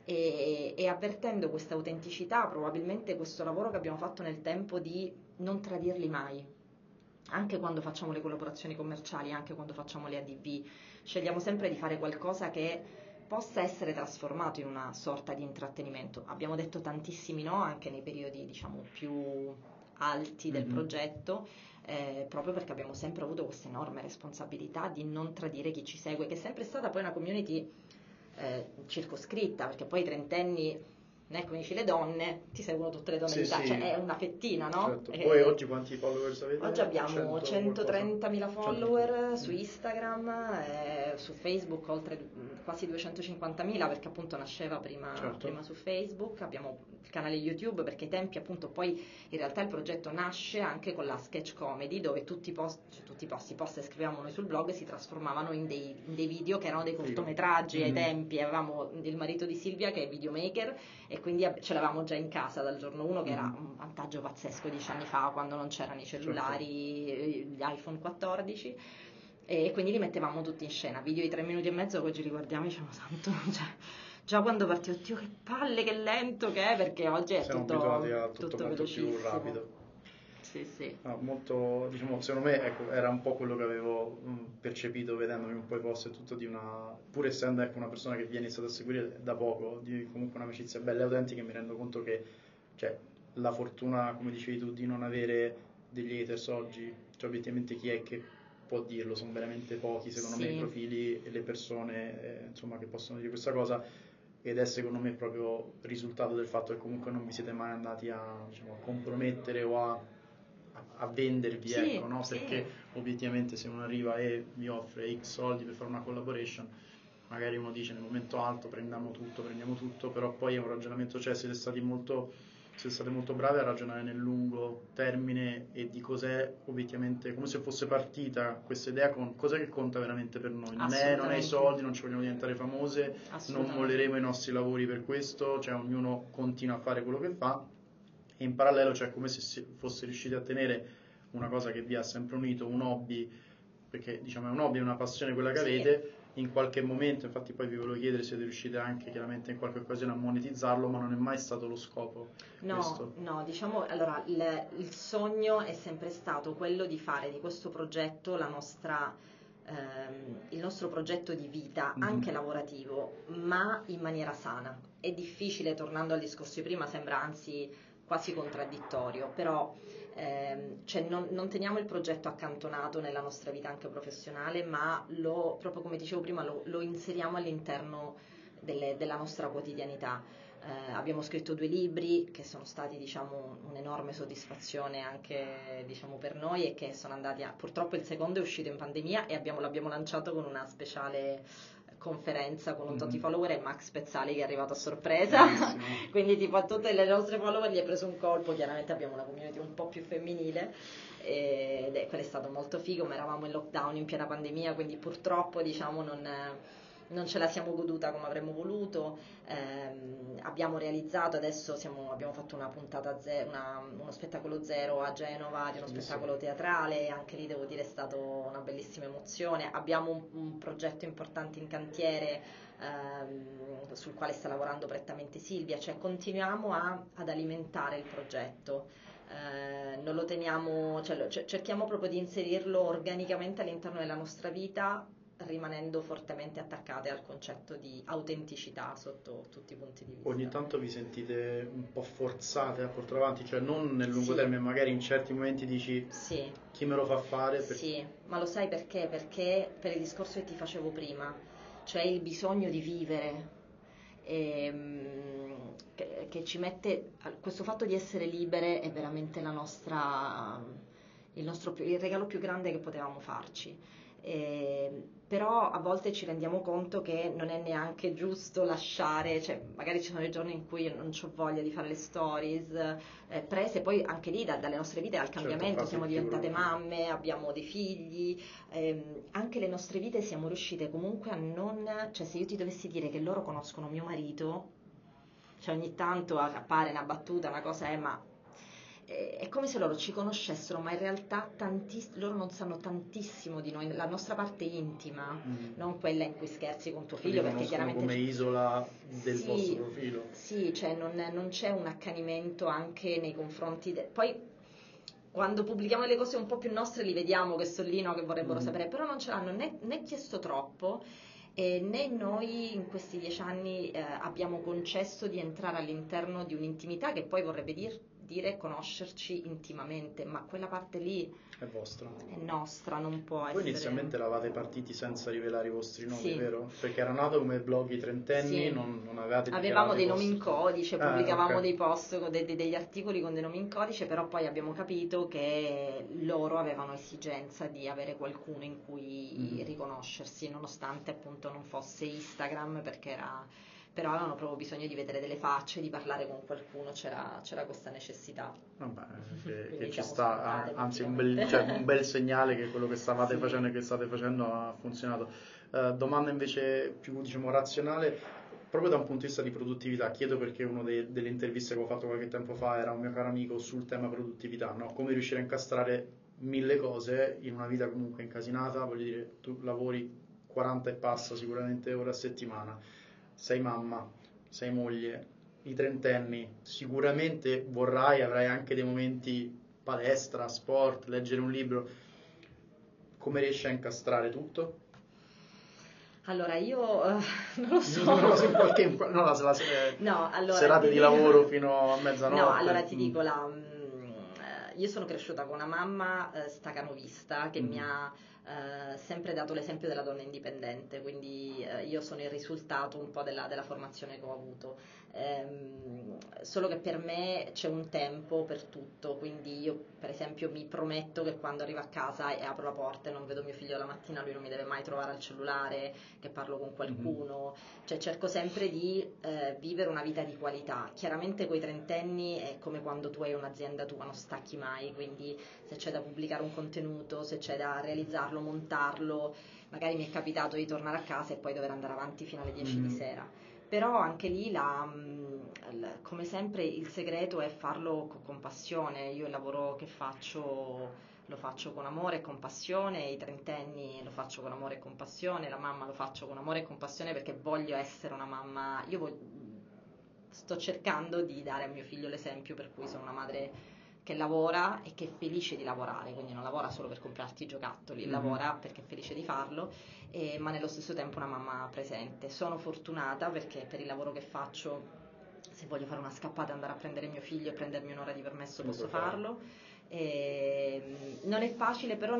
e avvertendo questa autenticità probabilmente questo lavoro che abbiamo fatto nel tempo di non tradirli mai, anche quando facciamo le collaborazioni commerciali, anche quando facciamo le ADV, scegliamo sempre di fare qualcosa che possa essere trasformato in una sorta di intrattenimento. Abbiamo detto tantissimi no anche nei periodi, diciamo, più alti del progetto, proprio perché abbiamo sempre avuto questa enorme responsabilità di non tradire chi ci segue, che è sempre stata poi una community circoscritta, perché poi i trentenni come dici, le donne, ti seguono tutte le donne Sì, d'Italia, sì. cioè è una fettina, no? Certo. Voi oggi quanti followers avete? Oggi abbiamo 100 qualcosa? 130.000 130. follower su Instagram, su Facebook quasi 250.000 perché appunto nasceva Certo. prima su Facebook, abbiamo il canale YouTube perché ai tempi appunto poi in realtà il progetto nasce anche con la sketch comedy dove tutti i post che scrivevamo noi sul blog si trasformavano in dei video che erano dei cortometraggi. Ai tempi avevamo il marito di Silvia che è videomaker e quindi ce l'avevamo già in casa dal giorno 1 che era un vantaggio pazzesco 10 anni fa quando non c'erano i cellulari, gli iPhone 14 e quindi li mettevamo tutti in scena, video di 3 minuti e mezzo che oggi riguardiamo e diciamo santo, cioè, già quando parti, oddio che palle, che lento che è, perché oggi è siamo tutto, abituati a tutto molto velocissimo. più rapido. Sì. Molto, diciamo, secondo me ecco, era un po' quello che avevo percepito vedendomi un po' i post e tutto di una, pur essendo ecco, una persona che vi ha iniziato a seguire da poco, di comunque un'amicizia bella e autentica, mi rendo conto che cioè, la fortuna, come dicevi tu, di non avere degli haters oggi, cioè obiettivamente chi è che può dirlo, sono veramente pochi secondo me i profili e le persone insomma, che possono dire questa cosa ed è secondo me proprio risultato del fatto che comunque non vi siete mai andati a, diciamo, a compromettere o a vendervi, ecco, no? Perché obiettivamente se uno arriva e vi offre X soldi per fare una collaboration, magari uno dice nel momento alto prendiamo tutto, però poi è un ragionamento, cioè siete state molto bravi a ragionare nel lungo termine e di cos'è obiettivamente, come se fosse partita questa idea con cos'è che conta veramente per noi, non è i soldi, non ci vogliamo diventare famose, non molleremo i nostri lavori per questo, cioè ognuno continua a fare quello che fa e in parallelo cioè come se fosse riusciti a tenere una cosa che vi ha sempre unito, un hobby, perché diciamo è un hobby, è una passione quella che avete, in qualche momento, infatti poi vi volevo chiedere se siete riusciti anche chiaramente in qualche occasione a monetizzarlo, ma non è mai stato lo scopo questo. No, diciamo, allora il sogno è sempre stato quello di fare di questo progetto il nostro progetto di vita, anche lavorativo, ma in maniera sana. È difficile, tornando al discorso di prima, sembra anzi quasi contraddittorio, però cioè non teniamo il progetto accantonato nella nostra vita anche professionale, ma proprio come dicevo prima, lo inseriamo all'interno della nostra quotidianità. Abbiamo scritto 2 libri che sono stati diciamo un'enorme soddisfazione anche diciamo per noi e che sono andati purtroppo il secondo è uscito in pandemia e l'abbiamo lanciato con una speciale conferenza con un tot di follower e Max Pezzali che è arrivato a sorpresa quindi tipo a tutte le nostre follower gli è preso un colpo, chiaramente abbiamo una community un po' più femminile ed quello è stato molto figo, ma eravamo in lockdown in piena pandemia quindi purtroppo diciamo non ce la siamo goduta come avremmo voluto. Abbiamo realizzato adesso abbiamo fatto una puntata uno spettacolo zero a Genova di uno spettacolo teatrale, anche lì devo dire è stata una bellissima emozione. Abbiamo un progetto importante in cantiere sul quale sta lavorando prettamente Silvia, cioè continuiamo ad alimentare il progetto. Non lo teniamo, cioè cerchiamo proprio di inserirlo organicamente all'interno della nostra vita, rimanendo fortemente attaccate al concetto di autenticità sotto tutti i punti di vista. Ogni tanto vi sentite un po' forzate a portare avanti, cioè non nel lungo termine, magari in certi momenti dici chi me lo fa fare? Sì, ma lo sai perché? Perché per il discorso che ti facevo prima, cioè il bisogno di vivere, che ci mette, questo fatto di essere libere è veramente il regalo più grande che potevamo farci. Però a volte ci rendiamo conto che non è neanche giusto lasciare, cioè magari ci sono dei giorni in cui io non ho voglia di fare le stories, prese poi anche lì dalle nostre vite al cambiamento, siamo diventate mamme, abbiamo dei figli, anche le nostre vite siamo riuscite comunque a non, cioè se io ti dovessi dire che loro conoscono mio marito, cioè ogni tanto appare una battuta, una cosa ma è come se loro ci conoscessero, ma in realtà loro non sanno tantissimo di noi, la nostra parte intima, non quella in cui scherzi con tuo figlio, perché chiaramente come isola del vostro profilo. Sì, cioè non c'è un accanimento anche nei confronti poi quando pubblichiamo le cose un po' più nostre li vediamo che sono lì, no, che vorrebbero sapere, però non ce l'hanno né chiesto troppo né noi in questi 10 anni abbiamo concesso di entrare all'interno di un'intimità che poi vorrebbe dire conoscerci intimamente, ma quella parte lì È vostra. è nostra, non può Voi essere... inizialmente eravate partiti senza rivelare i vostri nomi, Sì. vero? Perché era nato come blog i trentenni, Sì. non avevate Avevamo dichiarato dei i nomi in vostri... codice, pubblicavamo ok. dei post, degli articoli con dei nomi in codice, però poi abbiamo capito che loro avevano esigenza di avere qualcuno in cui riconoscersi, nonostante appunto non fosse Instagram, però avevano proprio bisogno di vedere delle facce, di parlare con qualcuno, c'era questa necessità. Vabbè, che Quindi ci siamo sta, spuntate anzi praticamente. un bel segnale che quello che stavate Sì. facendo e che state facendo ha funzionato. Domanda invece più, diciamo, razionale, proprio da un punto di vista di produttività, chiedo perché una delle interviste che ho fatto qualche tempo fa era un mio caro amico sul tema produttività, no? Come riuscire a incastrare mille cose in una vita comunque incasinata, voglio dire, tu lavori 40 e passa sicuramente ore a settimana, sei mamma, sei moglie, i trentenni, sicuramente avrai anche dei momenti palestra, sport, leggere un libro. Come riesci a incastrare tutto? Allora, io non lo so. In qualche, no, No, allora serate ti di dico... lavoro fino a No, mezzanotte. allora ti dico, io sono cresciuta con una mamma stacanovista che mi ha sempre dato l'esempio della donna indipendente, quindi io sono il risultato un po' della formazione che ho avuto. Solo che per me c'è un tempo per tutto, quindi io per esempio mi prometto che quando arrivo a casa e apro la porta e non vedo mio figlio la mattina, lui non mi deve mai trovare al cellulare, che parlo con qualcuno, cioè cerco sempre di vivere una vita di qualità. Chiaramente coi trentenni è come quando tu hai un'azienda tua, non stacchi mai, quindi se c'è da pubblicare un contenuto, se c'è da realizzarlo, montarlo, magari mi è capitato di tornare a casa e poi dover andare avanti fino alle 10 di sera. Però anche lì, come sempre, il segreto è farlo con passione. Io il lavoro che faccio lo faccio con amore e con passione, i trentenni lo faccio con amore e con passione, la mamma lo faccio con amore e con passione perché voglio essere una mamma. Sto cercando di dare a mio figlio l'esempio per cui sono una madre che lavora e che è felice di lavorare, quindi non lavora solo per comprarti i giocattoli, lavora perché è felice di farlo, ma nello stesso tempo una mamma presente. Sono fortunata perché per il lavoro che faccio, se voglio fare una scappata e andare a prendere mio figlio e prendermi un'ora di permesso, posso farlo. Non è facile, però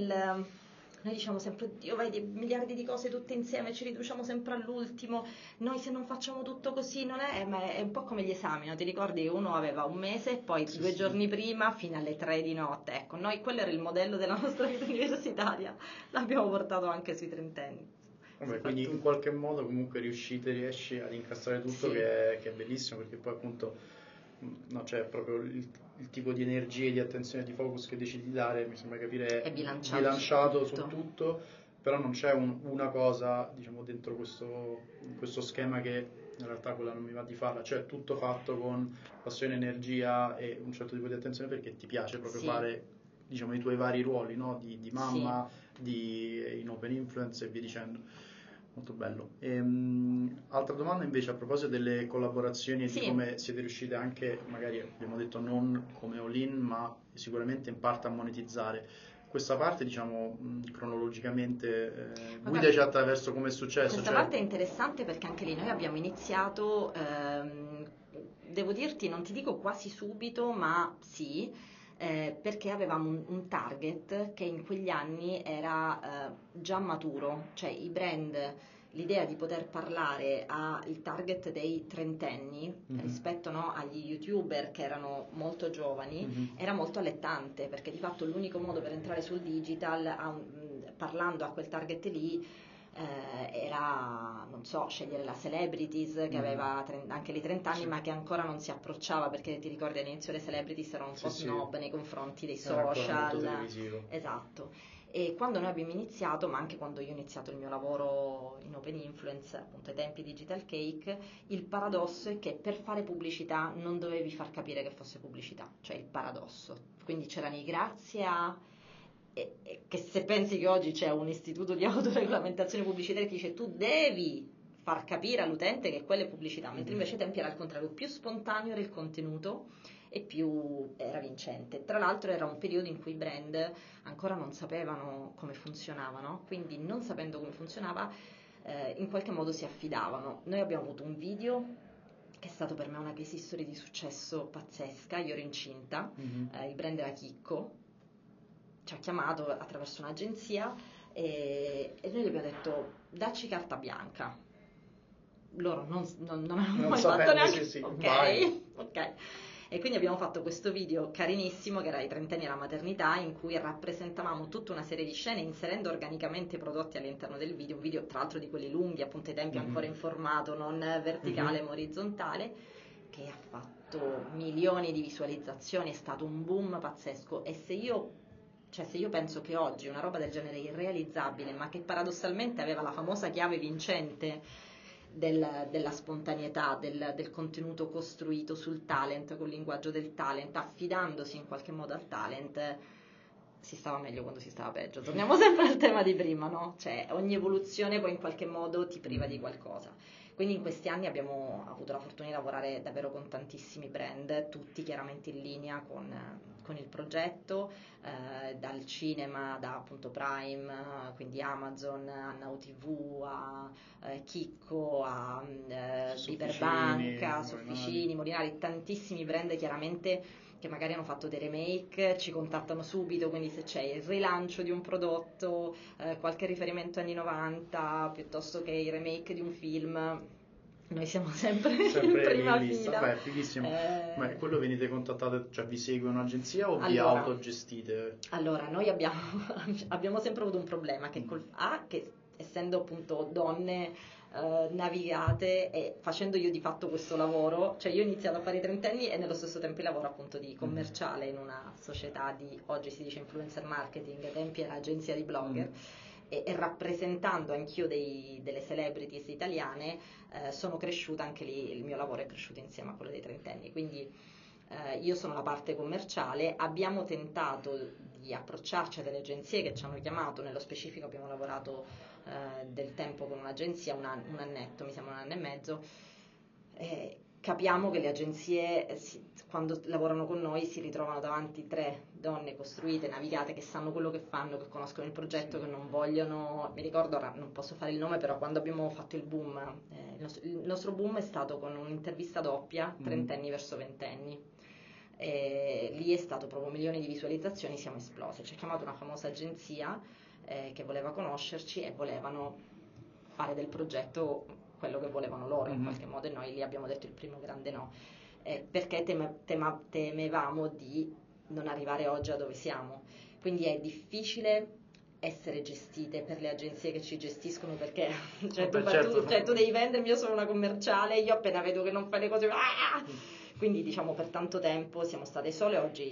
noi diciamo sempre, oddio, vai di miliardi di cose tutte insieme, ci riduciamo sempre all'ultimo, noi se non facciamo tutto così non è, ma è un po' come gli esami, no? Ti ricordi che uno aveva un mese e poi due giorni prima fino alle 3 di notte, ecco, noi quello era il modello della nostra vita universitaria, l'abbiamo portato anche sui trentenni. Vabbè, quindi in qualche modo comunque riesci ad incastrare tutto, Sì. che è bellissimo, perché poi appunto no, cioè proprio il tipo di energia e di attenzione e di focus che decidi di dare, mi sembra capire, È è bilanciato su su tutto, però non c'è una cosa, diciamo, dentro questo schema che in realtà quella non mi va di farla, cioè tutto fatto con passione, energia e un certo tipo di attenzione perché ti piace proprio fare, diciamo, i tuoi vari ruoli, no? Di mamma, in open influence e via dicendo. Molto bello. Altra domanda invece a proposito delle collaborazioni e di come siete riuscite anche, magari abbiamo detto non come all-in, ma sicuramente in parte a monetizzare. Questa parte, diciamo, cronologicamente, guidaci attraverso come è successo. Questa parte è interessante perché anche lì noi abbiamo iniziato, devo dirti, non ti dico quasi subito, ma sì, perché avevamo un target che in quegli anni era già maturo, cioè i brand, l'idea di poter parlare al target dei trentenni rispetto, no, agli youtuber che erano molto giovani era molto allettante, perché di fatto l'unico modo per entrare sul digital parlando a quel target lì era, non so, scegliere la celebrities che aveva anche lì 30 anni ma che ancora non si approcciava, perché ti ricordi all'inizio le celebrities erano un po' snob nei confronti dei social. Esatto. E quando noi abbiamo iniziato, ma anche quando io ho iniziato il mio lavoro in Open Influence, appunto ai tempi Digital Cake, il paradosso è che per fare pubblicità non dovevi far capire che fosse pubblicità, cioè il paradosso. Quindi c'erano i grazie a... che se pensi che oggi c'è un istituto di autoregolamentazione pubblicitaria che dice tu devi far capire all'utente che quella è pubblicità, mentre invece ai tempi era al contrario, più spontaneo era il contenuto e più era vincente. Tra l'altro era un periodo in cui i brand ancora non sapevano come funzionavano, quindi non sapendo come funzionava in qualche modo si affidavano. Noi abbiamo avuto un video che è stato per me una case history di successo pazzesca. Io ero incinta, il brand era Chicco, ci ha chiamato attraverso un'agenzia e noi gli abbiamo detto dacci carta bianca. Loro non avevano mai fatto neanche... Sì, ok. E quindi abbiamo fatto questo video carinissimo che era i 30 anni alla maternità, in cui rappresentavamo tutta una serie di scene inserendo organicamente i prodotti all'interno del video, un video tra l'altro di quelli lunghi, appunto ai tempi ancora in formato, non verticale ma orizzontale, che ha fatto milioni di visualizzazioni, è stato un boom pazzesco. E se io penso che oggi una roba del genere irrealizzabile, ma che paradossalmente aveva la famosa chiave vincente della spontaneità, del contenuto costruito sul talent, col linguaggio del talent, affidandosi in qualche modo al talent, si stava meglio quando si stava peggio. Torniamo sempre al tema di prima, no? Cioè ogni evoluzione poi in qualche modo ti priva di qualcosa. Quindi in questi anni abbiamo avuto la fortuna di lavorare davvero con tantissimi brand, tutti chiaramente in linea con il progetto, dal cinema, da appunto Prime, quindi Amazon, a Now TV, a Chicco, a Biberbanca, Sofficini, Molinari, tantissimi brand chiaramente che magari hanno fatto dei remake, ci contattano subito, quindi se c'è il rilancio di un prodotto, qualche riferimento anni 90, piuttosto che il remake di un film, noi siamo sempre in prima in lista. fila. Beh, fighissimo. Ma quello venite contattate, cioè vi segue un'agenzia o vi Allora, autogestite? Allora, noi abbiamo sempre avuto un problema, che che essendo appunto donne navigate e facendo io di fatto questo lavoro, cioè io ho iniziato a fare i 30 anni e nello stesso tempo il lavoro appunto di commerciale in una società di, oggi si dice influencer marketing, ai tempi era agenzia di blogger, e rappresentando anch'io delle celebrities italiane, sono cresciuta anche lì, il mio lavoro è cresciuto insieme a quello dei 30 anni, quindi io sono la parte commerciale, abbiamo tentato di approcciarci a delle agenzie che ci hanno chiamato, nello specifico abbiamo lavorato del tempo con un'agenzia, un annetto, mi sembra 1 anno e mezzo. Capiamo che le agenzie quando lavorano con noi si ritrovano davanti 3 donne costruite, navigate, che sanno quello che fanno, che conoscono il progetto, che non vogliono. Mi ricordo, ora non posso fare il nome, però quando abbiamo fatto il boom, il nostro boom è stato con un'intervista doppia, 30 anni verso 20 anni. Lì è stato proprio milioni di visualizzazioni, siamo esplose. Ci ha chiamato una famosa agenzia che voleva conoscerci e volevano fare del progetto quello che volevano loro in qualche modo, e noi lì abbiamo detto il primo grande no, perché temevamo di non arrivare oggi a dove siamo. Quindi è difficile essere gestite per le agenzie che ci gestiscono, perché tu devi vendermi, io sono una commerciale, io appena vedo che non fai le cose quindi diciamo per tanto tempo siamo state sole. Oggi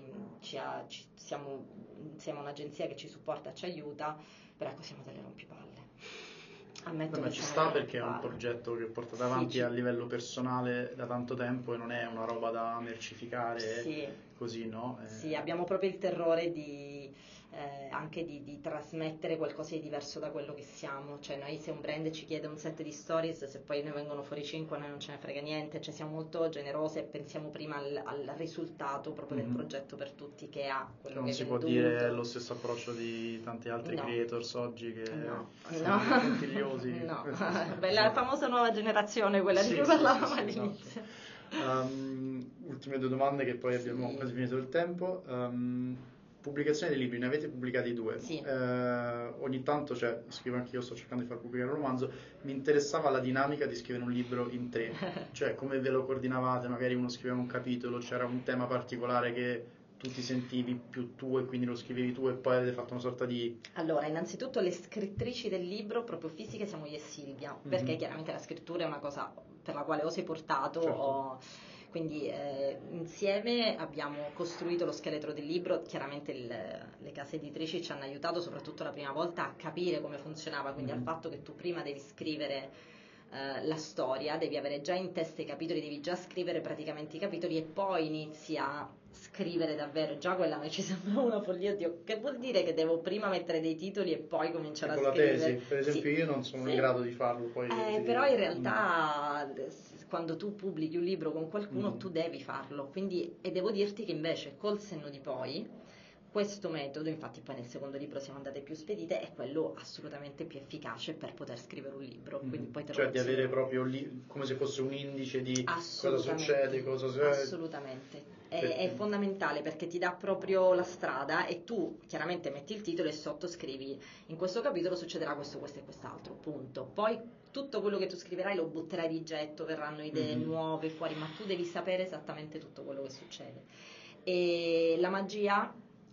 siamo un'agenzia che ci supporta, ci aiuta, però ecco, siamo delle rompipalle. Ammetto Ma che ci siamo sta delle perché è un rompipalle. progetto che portate avanti a livello personale da tanto tempo e non è una roba da mercificare così, no? Sì, abbiamo proprio il terrore anche di trasmettere qualcosa di diverso da quello che siamo. Cioè noi, se un brand ci chiede un set di stories, se poi ne vengono fuori 5 a noi non ce ne frega niente, cioè siamo molto generose e pensiamo prima al risultato proprio del progetto per tutti, che ha quello non che si viene può dire lo stesso approccio di tanti altri creators oggi che sono puntigliosi. No. Beh, la famosa nuova generazione, quella di cui parlavamo all'inizio. Ultime 2 domande, che poi abbiamo quasi finito il tempo. Pubblicazione dei libri, ne avete pubblicati 2. Sì. Ogni tanto, cioè, scrivo anche io, sto cercando di far pubblicare un romanzo. Mi interessava la dinamica di scrivere un libro in 3, cioè come ve lo coordinavate, magari uno scriveva un capitolo, c'era un tema particolare che tu ti sentivi più tuo e quindi lo scrivevi tu, e poi avete fatto una sorta di... Allora, innanzitutto le scrittrici del libro proprio fisiche siamo io e Silvia, perché chiaramente la scrittura è una cosa per la quale o sei portato o... Quindi insieme abbiamo costruito lo scheletro del libro. Chiaramente le case editrici ci hanno aiutato soprattutto la prima volta a capire come funzionava, quindi al fatto che tu prima devi scrivere la storia, devi avere già in testa i capitoli, devi già scrivere praticamente i capitoli e poi inizi a scrivere davvero. Già quella a me ci sembra una follia. Dio, che vuol dire che devo prima mettere dei titoli e poi cominciare a scrivere? Con la tesi, per esempio, io non sono in grado di farlo. Poi però in realtà quando tu pubblichi un libro con qualcuno tu devi farlo, quindi, e devo dirti che invece col senno di poi questo metodo, infatti poi nel secondo libro siamo andate più spedite, è quello assolutamente più efficace per poter scrivere un libro. Quindi poi te lo Cioè di avere consiglio. proprio lì come se fosse un indice di cosa Assolutamente, succede, assolutamente. È fondamentale perché ti dà proprio la strada e tu chiaramente metti il titolo e sotto scrivi in questo capitolo succederà questo, questo e quest'altro, punto. Poi tutto quello che tu scriverai lo butterai di getto, verranno idee nuove fuori, ma tu devi sapere esattamente tutto quello che succede. E la magia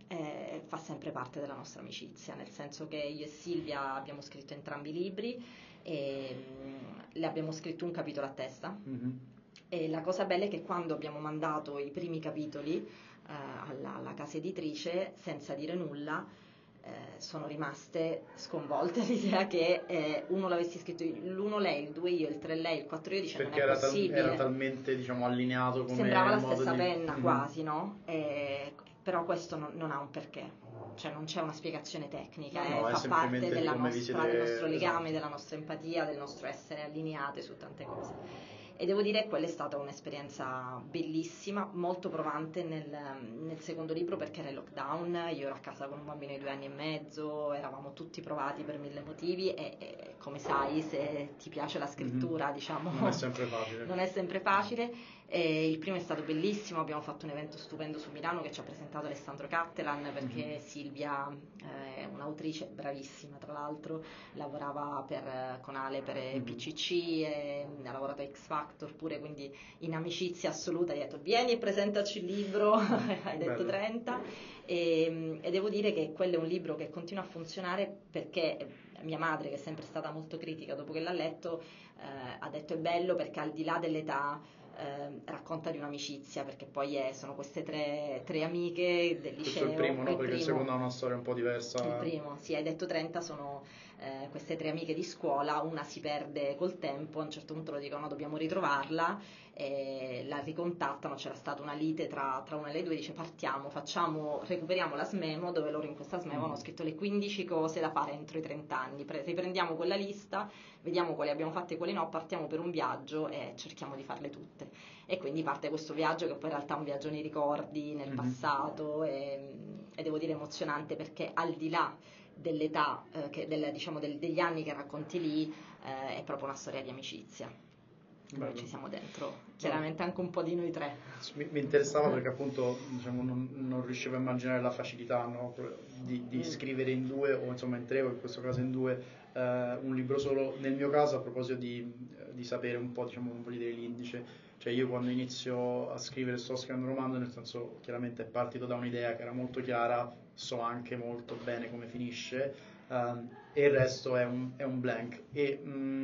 fa sempre parte della nostra amicizia, nel senso che io e Silvia abbiamo scritto entrambi i libri e le abbiamo scritto un capitolo a testa. E la cosa bella è che quando abbiamo mandato i primi capitoli alla casa editrice, senza dire nulla, sono rimaste sconvolte all'idea che uno l'avessi scritto l'1 lei, il 2 io, il 3 lei, il 4 io, dice perché non è possibile. era talmente, diciamo, allineato come sembrava la modo stessa di... penna quasi, no? Però questo non ha un perché, cioè non c'è una spiegazione tecnica, No, è fa parte semplicemente della come vi nostra, siete... del nostro legame, esatto. della nostra empatia, del nostro essere allineate su tante cose. E devo dire che quella è stata un'esperienza bellissima, molto provante nel secondo libro perché era il lockdown, io ero a casa con un bambino di 2 anni e mezzo, eravamo tutti provati per 1000 motivi e come sai, se ti piace la scrittura, diciamo, non è sempre facile. non è sempre facile. E il primo è stato bellissimo, abbiamo fatto un evento stupendo su Milano che ci ha presentato Alessandro Cattelan perché Silvia è un'autrice bravissima, tra l'altro lavorava con Ale per PCC e ha lavorato a X Factor pure, quindi in amicizia assoluta gli ha detto vieni e presentaci il libro, hai detto Bello. 30 e devo dire che quello è un libro che continua a funzionare perché mia madre, che è sempre stata molto critica dopo che l'ha letto, ha detto è bello perché al di là dell'età racconta di un'amicizia, perché poi sono queste tre amiche del Questo è liceo. il primo, no? Perché il primo, secondo ha una storia un po' diversa. il primo, sì, hai detto 30, sono queste 3 amiche di scuola, una si perde col tempo, a un certo punto lo dicono dobbiamo ritrovarla, la ricontattano, c'era stata una lite tra una e le due, dice partiamo, recuperiamo la Smemo, dove loro in questa Smemo hanno scritto le 15 cose da fare entro i 30 anni, riprendiamo quella lista, vediamo quali abbiamo fatte e quali no, partiamo per un viaggio e cerchiamo di farle tutte. E quindi parte questo viaggio che poi in realtà è un viaggio nei ricordi, nel passato e devo dire emozionante perché al di là dell'età, diciamo degli anni che racconti lì, è proprio una storia di amicizia. Noi ci siamo dentro, chiaramente anche un po' di noi tre. Mi interessava perché appunto diciamo, non riuscivo a immaginare la facilità, no? di scrivere in 2 o insomma in 3 o in questo caso in 2 un libro solo. Nel mio caso, a proposito di sapere un po', diciamo, non voglio dire l'indice, cioè io quando inizio a scrivere sto scrivendo un romanzo, nel senso chiaramente è partito da un'idea che era molto chiara, so anche molto bene come finisce e il resto è un blank e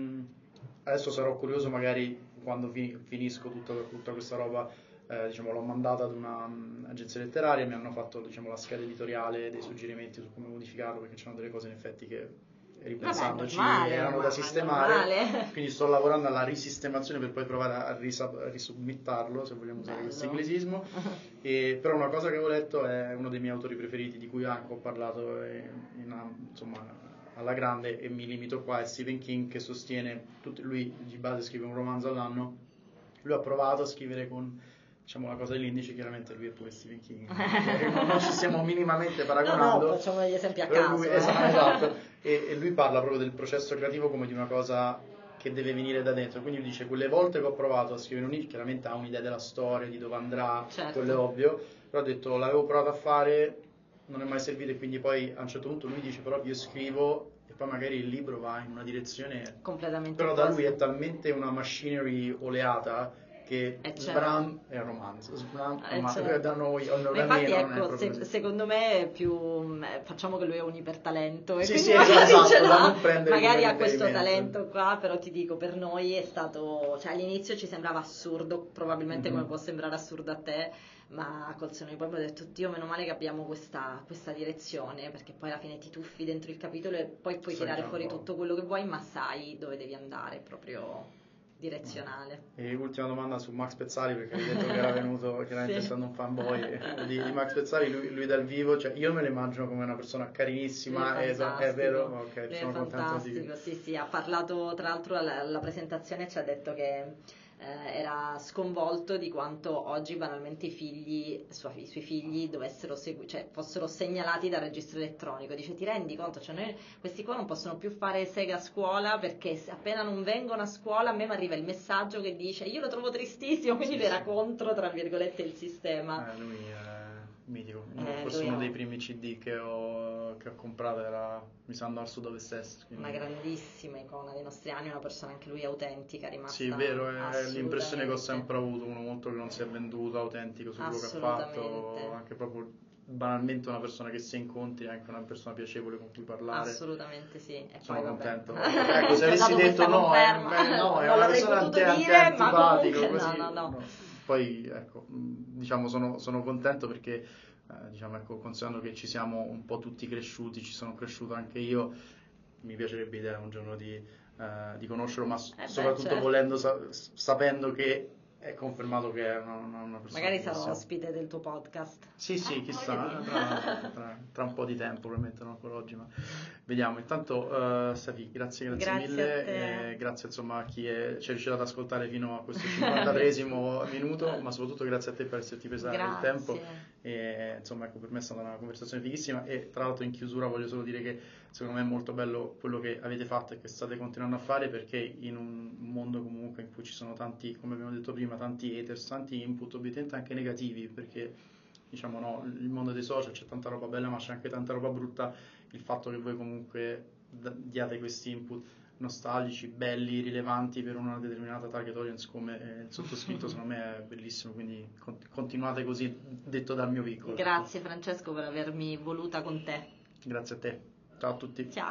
adesso sarò curioso magari quando finisco tutta questa roba, diciamo, l'ho mandata ad un'agenzia letteraria, mi hanno fatto, diciamo, la scheda editoriale, dei suggerimenti su come modificarlo perché c'erano delle cose in effetti che ripensandoci erano da sistemare, quindi sto lavorando alla risistemazione per poi provare a risubmittarlo, se vogliamo usare questo inglesismo. Però una cosa che avevo letto è uno dei miei autori preferiti di cui anche ho parlato insomma alla grande e mi limito qua, è Stephen King, che sostiene, lui di base scrive un romanzo all'anno, lui ha provato a scrivere con, diciamo, la cosa dell'indice, chiaramente lui è pure Stephen King, non ci stiamo minimamente paragonando. No, facciamo degli esempi a caso. Lui, esatto, e lui parla proprio del processo creativo come di una cosa che deve venire da dentro, quindi dice quelle volte che ho provato a scrivere un libro, chiaramente ha un'idea della storia, di dove andrà, certo. Quello è ovvio, però ha detto l'avevo provato a fare, non è mai servito e quindi poi a un certo punto lui dice però io scrivo e poi magari il libro va in una direzione completamente però da lui è talmente una machinery oleata che Sbram è un romanzo, da noi ma infatti ecco, secondo me è più facciamo che lui è un ipertalento e sì, quindi esatto, magari ha questo talento qua, però ti dico per noi è stato, cioè all'inizio ci sembrava assurdo, probabilmente come può sembrare assurdo a te, ma col senno di poi abbiamo detto Dio meno male che abbiamo questa direzione, perché poi alla fine ti tuffi dentro il capitolo e poi puoi tirare fuori tutto quello che vuoi, ma sai dove devi andare, proprio direzionale. E ultima domanda su Max Pezzali, perché hai detto che era venuto chiaramente essendo un fanboy di Max Pezzali, lui dal vivo, cioè io me lo immagino come una persona carinissima, è vero? Ok, sono contento fantastico, sì, ha parlato tra l'altro alla presentazione, ci ha detto che era sconvolto di quanto oggi banalmente i suoi figli dovessero cioè fossero segnalati dal registro elettronico. Dice, ti rendi conto? Cioè questi qua non possono più fare sega a scuola perché appena non vengono a scuola a me mi arriva il messaggio che dice io lo trovo tristissimo, quindi lui era contro, tra virgolette, il sistema. Lui è mitico. Forse uno dei primi CD che ho comprato era Mi sa andare su dove stessi. Una grandissima icona dei nostri anni, una persona anche lui autentica, rimasta sì, vero, è l'impressione che ho sempre avuto, uno molto che non si è venduto, autentico su quello che ha fatto, anche proprio banalmente una persona che si incontri, anche una persona piacevole con cui parlare. Assolutamente sì. E sono poi, contento. Ecco, se avessi detto no, è una persona antipatico, così. No. Poi ecco, diciamo sono contento perché diciamo, ecco, considerando che ci siamo un po' tutti cresciuti, ci sono cresciuto anche io, mi piacerebbe idea un giorno di conoscerlo, ma soprattutto certo. Volendo, sapendo che è confermato che è una persona. Magari sarò ospite del tuo podcast. Sì, chissà, tra un po' di tempo, probabilmente non ancora oggi, ma vediamo. Intanto, Safi, grazie mille, grazie insomma a chi ci è riuscito ad ascoltare fino a questo 53esimo minuto, ma soprattutto grazie a te per esserti presa il tempo. E insomma, ecco, per me è stata una conversazione fighissima e tra l'altro in chiusura voglio solo dire che secondo me è molto bello quello che avete fatto e che state continuando a fare, perché in un mondo comunque in cui ci sono tanti, come abbiamo detto prima, tanti haters, tanti input obiettivamente anche negativi, perché diciamo no, il mondo dei social c'è tanta roba bella ma c'è anche tanta roba brutta, il fatto che voi comunque diate questi input nostalgici, belli, rilevanti per una determinata target audience come il sottoscritto secondo me è bellissimo, quindi continuate così, detto dal mio piccolo. Grazie Francesco per avermi voluta con te. Grazie a te, ciao a tutti. Ciao.